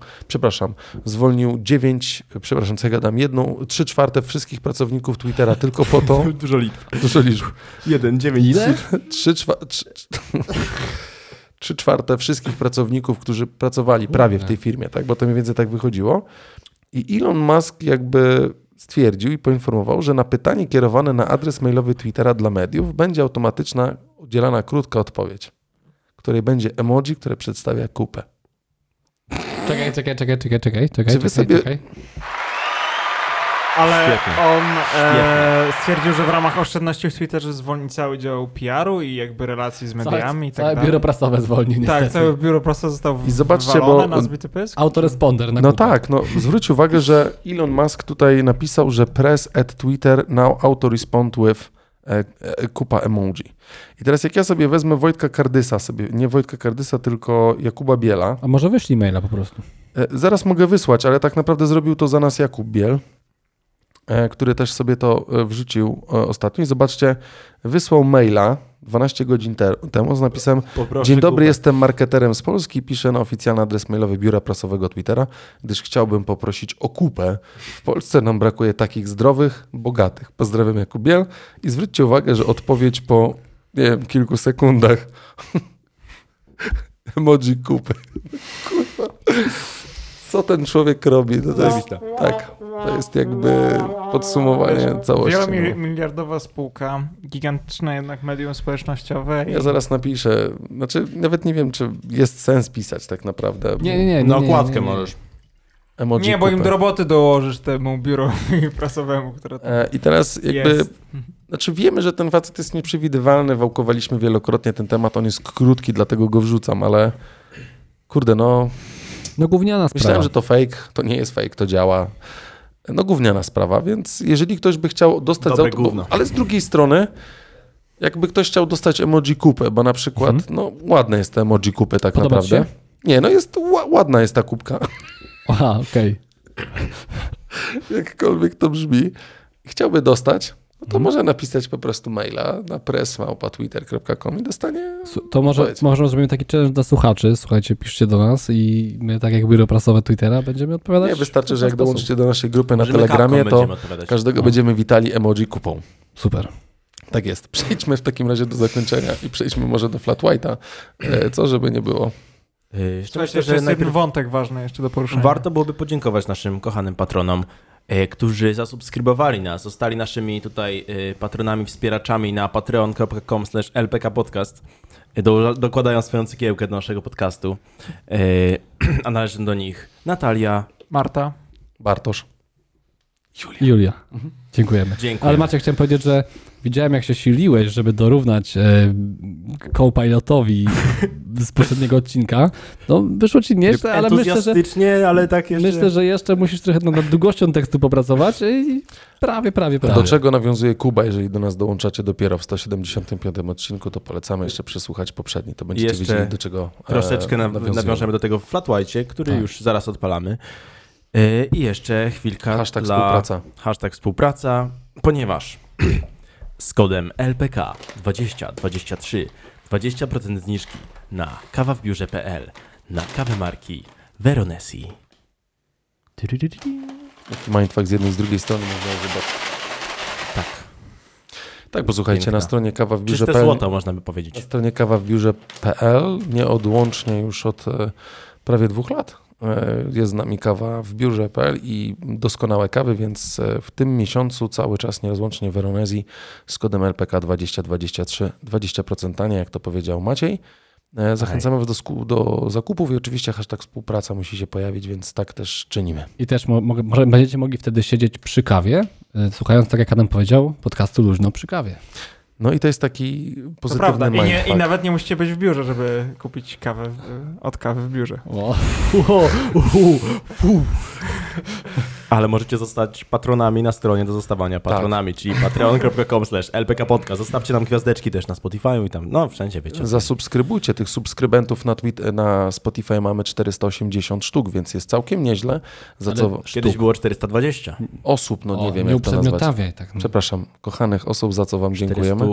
Speaker 2: 3/4 wszystkich pracowników Twittera tylko po to.
Speaker 3: Dużo liczb.
Speaker 2: Dużo liczb.
Speaker 3: 1, 9,
Speaker 4: Ile?
Speaker 2: 3/4 wszystkich pracowników, którzy pracowali prawie w tej firmie, tak? Bo to mniej więcej tak wychodziło. I Elon Musk jakby stwierdził i poinformował, że na pytanie kierowane na adres mailowy Twittera dla mediów będzie automatyczna, udzielana krótka odpowiedź, której będzie emoji, które przedstawia kupę.
Speaker 4: Czekaj.
Speaker 1: Ale
Speaker 3: Świetnie.
Speaker 1: on stwierdził, że w ramach oszczędności w Twitterze zwolni cały dział PR-u i jakby relacji z mediami i tak
Speaker 4: Całe
Speaker 1: dalej.
Speaker 4: biuro prasowe zwolnił niestety.
Speaker 1: Tak, całe biuro prasowe zostało
Speaker 2: I zobaczcie,
Speaker 1: wywalone
Speaker 2: bo-
Speaker 1: na zbity pysk.
Speaker 4: Autoresponder na
Speaker 2: No
Speaker 4: kupę.
Speaker 2: tak, no zwróć uwagę, że Elon Musk tutaj napisał, że press@Twitter now autorespond with kupa emoji. I teraz jak ja sobie wezmę Wojtka Kardysa, nie Wojtka Kardysa, tylko Jakuba Biela,
Speaker 4: A może wyślij maila po prostu.
Speaker 2: zaraz mogę wysłać, ale tak naprawdę zrobił to za nas Jakub Biel, który też sobie to wrzucił ostatnio. I zobaczcie, wysłał maila 12 godzin temu z napisem: Dzień dobry, jestem marketerem z Polski, piszę na oficjalny adres mailowy biura prasowego Twittera, gdyż chciałbym poprosić o kupę. W Polsce nam brakuje takich zdrowych, bogatych. Pozdrawiam, Jakub Biel. I zwróćcie uwagę, że odpowiedź po, nie wiem, kilku sekundach emoji kupy. Kurwa. Co ten człowiek robi? To jest, tak, to jest jakby podsumowanie całości. No.
Speaker 1: Wielomiliardowa spółka, gigantyczne jednak medium społecznościowe.
Speaker 2: Ja zaraz napiszę, znaczy nawet nie wiem, czy jest sens pisać tak naprawdę.
Speaker 4: Nie.
Speaker 3: Na okładkę możesz.
Speaker 2: Emoji
Speaker 1: Nie, bo im
Speaker 2: kupę.
Speaker 1: do roboty dołożysz temu biurowi prasowemu, które tam
Speaker 2: I teraz jakby,
Speaker 1: jest.
Speaker 2: znaczy wiemy, że ten facet jest nieprzewidywalny, wałkowaliśmy wielokrotnie ten temat, on jest krótki, dlatego go wrzucam, ale kurde, no
Speaker 4: No gówniana sprawa.
Speaker 2: myślałem, że to fake, to nie jest fake, to działa. No gówniana sprawa, więc jeżeli ktoś by chciał dostać
Speaker 3: Dobre gówno.
Speaker 2: ale z drugiej strony, jakby ktoś chciał dostać emoji kupę, bo na przykład, no ładne jest te emoji kupy tak
Speaker 4: Podoba ci
Speaker 2: naprawdę. Nie, no jest ładna jest ta kubka,
Speaker 4: Aha, okej.
Speaker 2: jakkolwiek to brzmi. Chciałby dostać, no to może napisać po prostu maila na press@twitter.com i dostanie.
Speaker 4: To może
Speaker 2: Powiedz.
Speaker 4: zrobimy taki challenge dla słuchaczy. Słuchajcie, piszcie do nas i my, tak jak biuro prasowe Twittera, będziemy odpowiadać.
Speaker 2: Nie, wystarczy,
Speaker 4: w
Speaker 2: że
Speaker 4: ten
Speaker 2: jak
Speaker 4: sposób.
Speaker 2: dołączycie do naszej grupy na
Speaker 3: Możemy
Speaker 2: Telegramie,
Speaker 3: kawką
Speaker 2: to
Speaker 3: będziemy odpowiadać.
Speaker 2: każdego będziemy witali emoji kupą.
Speaker 4: Super.
Speaker 2: Tak jest. Przejdźmy w takim razie do zakończenia i przejdźmy może do Flat White'a, co żeby nie było.
Speaker 1: Słuchajcie,
Speaker 3: Myślę,
Speaker 1: jeszcze
Speaker 3: że
Speaker 1: jest jeden
Speaker 3: najpierw
Speaker 1: wątek ważny jeszcze do poruszenia.
Speaker 3: warto byłoby podziękować naszym kochanym patronom, którzy zasubskrybowali nas, zostali naszymi tutaj patronami, wspieraczami na patreon.com/lpkpodcast, dokładają swoją cegiełkę do naszego podcastu, a należą do nich Natalia,
Speaker 1: Marta.
Speaker 2: Bartosz.
Speaker 4: Julia. Dziękujemy.
Speaker 3: dziękuję.
Speaker 4: Ale Maciek, chciałem powiedzieć, że widziałem, jak się siliłeś, żeby dorównać co-pilotowi z poprzedniego odcinka. No, wyszło ci nieźle, ale
Speaker 3: Entuzjastycznie, ale tak jeszcze...
Speaker 4: myślę, że jeszcze musisz trochę nad długością tekstu popracować i prawie.
Speaker 2: Do czego nawiązuje Kuba, jeżeli do nas dołączacie dopiero w 175 odcinku, to polecamy jeszcze przesłuchać poprzedni, to będziecie
Speaker 3: Jeszcze
Speaker 2: wiedzieli, do czego
Speaker 3: Troszeczkę
Speaker 2: nawiązujemy.
Speaker 3: nawiążemy do tego w Flat White'cie, który
Speaker 4: Tak.
Speaker 3: już zaraz odpalamy. I jeszcze chwilka
Speaker 2: Hashtag
Speaker 3: dla...
Speaker 2: współpraca.
Speaker 3: Hashtag współpraca, ponieważ z kodem LPK 2023 20% zniżki na kawawbiurze.pl na kawę marki Veronesi.
Speaker 2: Taki mindfuck z jednej i z drugiej strony można zobaczyć.
Speaker 3: Tak.
Speaker 2: Tak, bo słuchajcie,
Speaker 3: Piękna.
Speaker 2: na stronie
Speaker 3: Czyste
Speaker 2: kawawbiurze.pl
Speaker 3: złoto, można by
Speaker 2: na
Speaker 3: powiedzieć.
Speaker 2: stronie kawawbiurze.pl nieodłącznie już od prawie 2 lat jest z nami kawa w biurze.pl i doskonałe kawy, więc w tym miesiącu cały czas nierozłącznie Veronesi z kodem LPK 2023 20% taniej, jak to powiedział Maciej. Zachęcamy was do zakupów i oczywiście hashtag współpraca musi się pojawić, więc tak też czynimy.
Speaker 4: I też może będziecie mogli wtedy siedzieć przy kawie, słuchając, tak jak Adam powiedział, podcastu Luźno przy kawie.
Speaker 2: No i to jest taki
Speaker 1: To
Speaker 2: pozytywny
Speaker 1: prawda.
Speaker 2: mindfuck.
Speaker 1: I nawet nie musicie być w biurze, żeby kupić kawę od kawy w biurze.
Speaker 3: Ale możecie zostać patronami na stronie do zostawania patronami, czyli patreon.com/lpkpodcast. Zostawcie nam gwiazdeczki też na Spotify i tam, no wszędzie wiecie.
Speaker 2: Zasubskrybujcie. Tych subskrybentów na Spotify mamy 480 sztuk, więc jest całkiem nieźle.
Speaker 3: Kiedyś było 420.
Speaker 2: Osób, no nie wiem jak to nazwać.
Speaker 4: Uprzedmiotawiaj, tak.
Speaker 2: Przepraszam, kochanych osób, za co wam dziękujemy.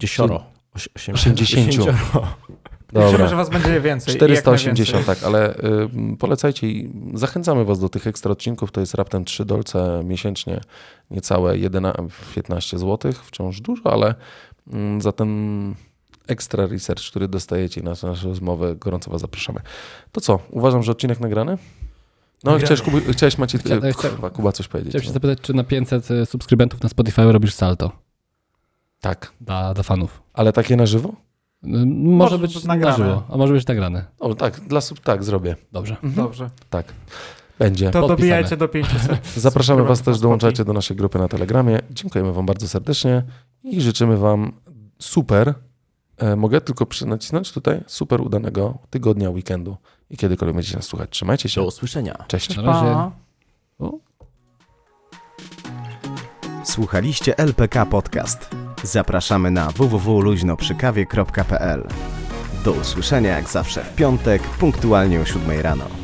Speaker 3: 480.
Speaker 2: Dobra.
Speaker 1: Liczymy, że was będzie więcej.
Speaker 2: 480, tak, ale polecajcie i zachęcamy was do tych ekstra odcinków. To jest raptem $3 miesięcznie, niecałe 15 zł. Wciąż dużo, ale za ten ekstra research, który dostajecie na nasze rozmowy, gorąco was zapraszamy. To co? Uważam, że odcinek nagrany? No, chciałeś Maciej, Kuba coś powiedzieć.
Speaker 4: Chciałem się zapytać, czy na 500 subskrybentów na Spotify robisz salto?
Speaker 2: Tak.
Speaker 4: Dla fanów.
Speaker 2: Ale takie na żywo?
Speaker 4: Może być nagrane. Na żywo, a może być nagrane.
Speaker 2: O, tak, tak zrobię.
Speaker 4: Dobrze.
Speaker 1: Dobrze.
Speaker 2: Tak, będzie.
Speaker 1: To dobijajcie do 500.
Speaker 2: Zapraszamy was też, dołączajcie do naszej grupy na Telegramie. Dziękujemy wam bardzo serdecznie i życzymy wam super, mogę tylko nacisnąć tutaj, super udanego tygodnia, weekendu i kiedykolwiek będziecie nas słuchać. Trzymajcie się.
Speaker 3: Do usłyszenia.
Speaker 2: Cześć.
Speaker 4: Na razie.
Speaker 5: Słuchaliście LPK Podcast. Zapraszamy na www.luźnoprzykawie.pl. Do usłyszenia jak zawsze w piątek, punktualnie o 7 rano.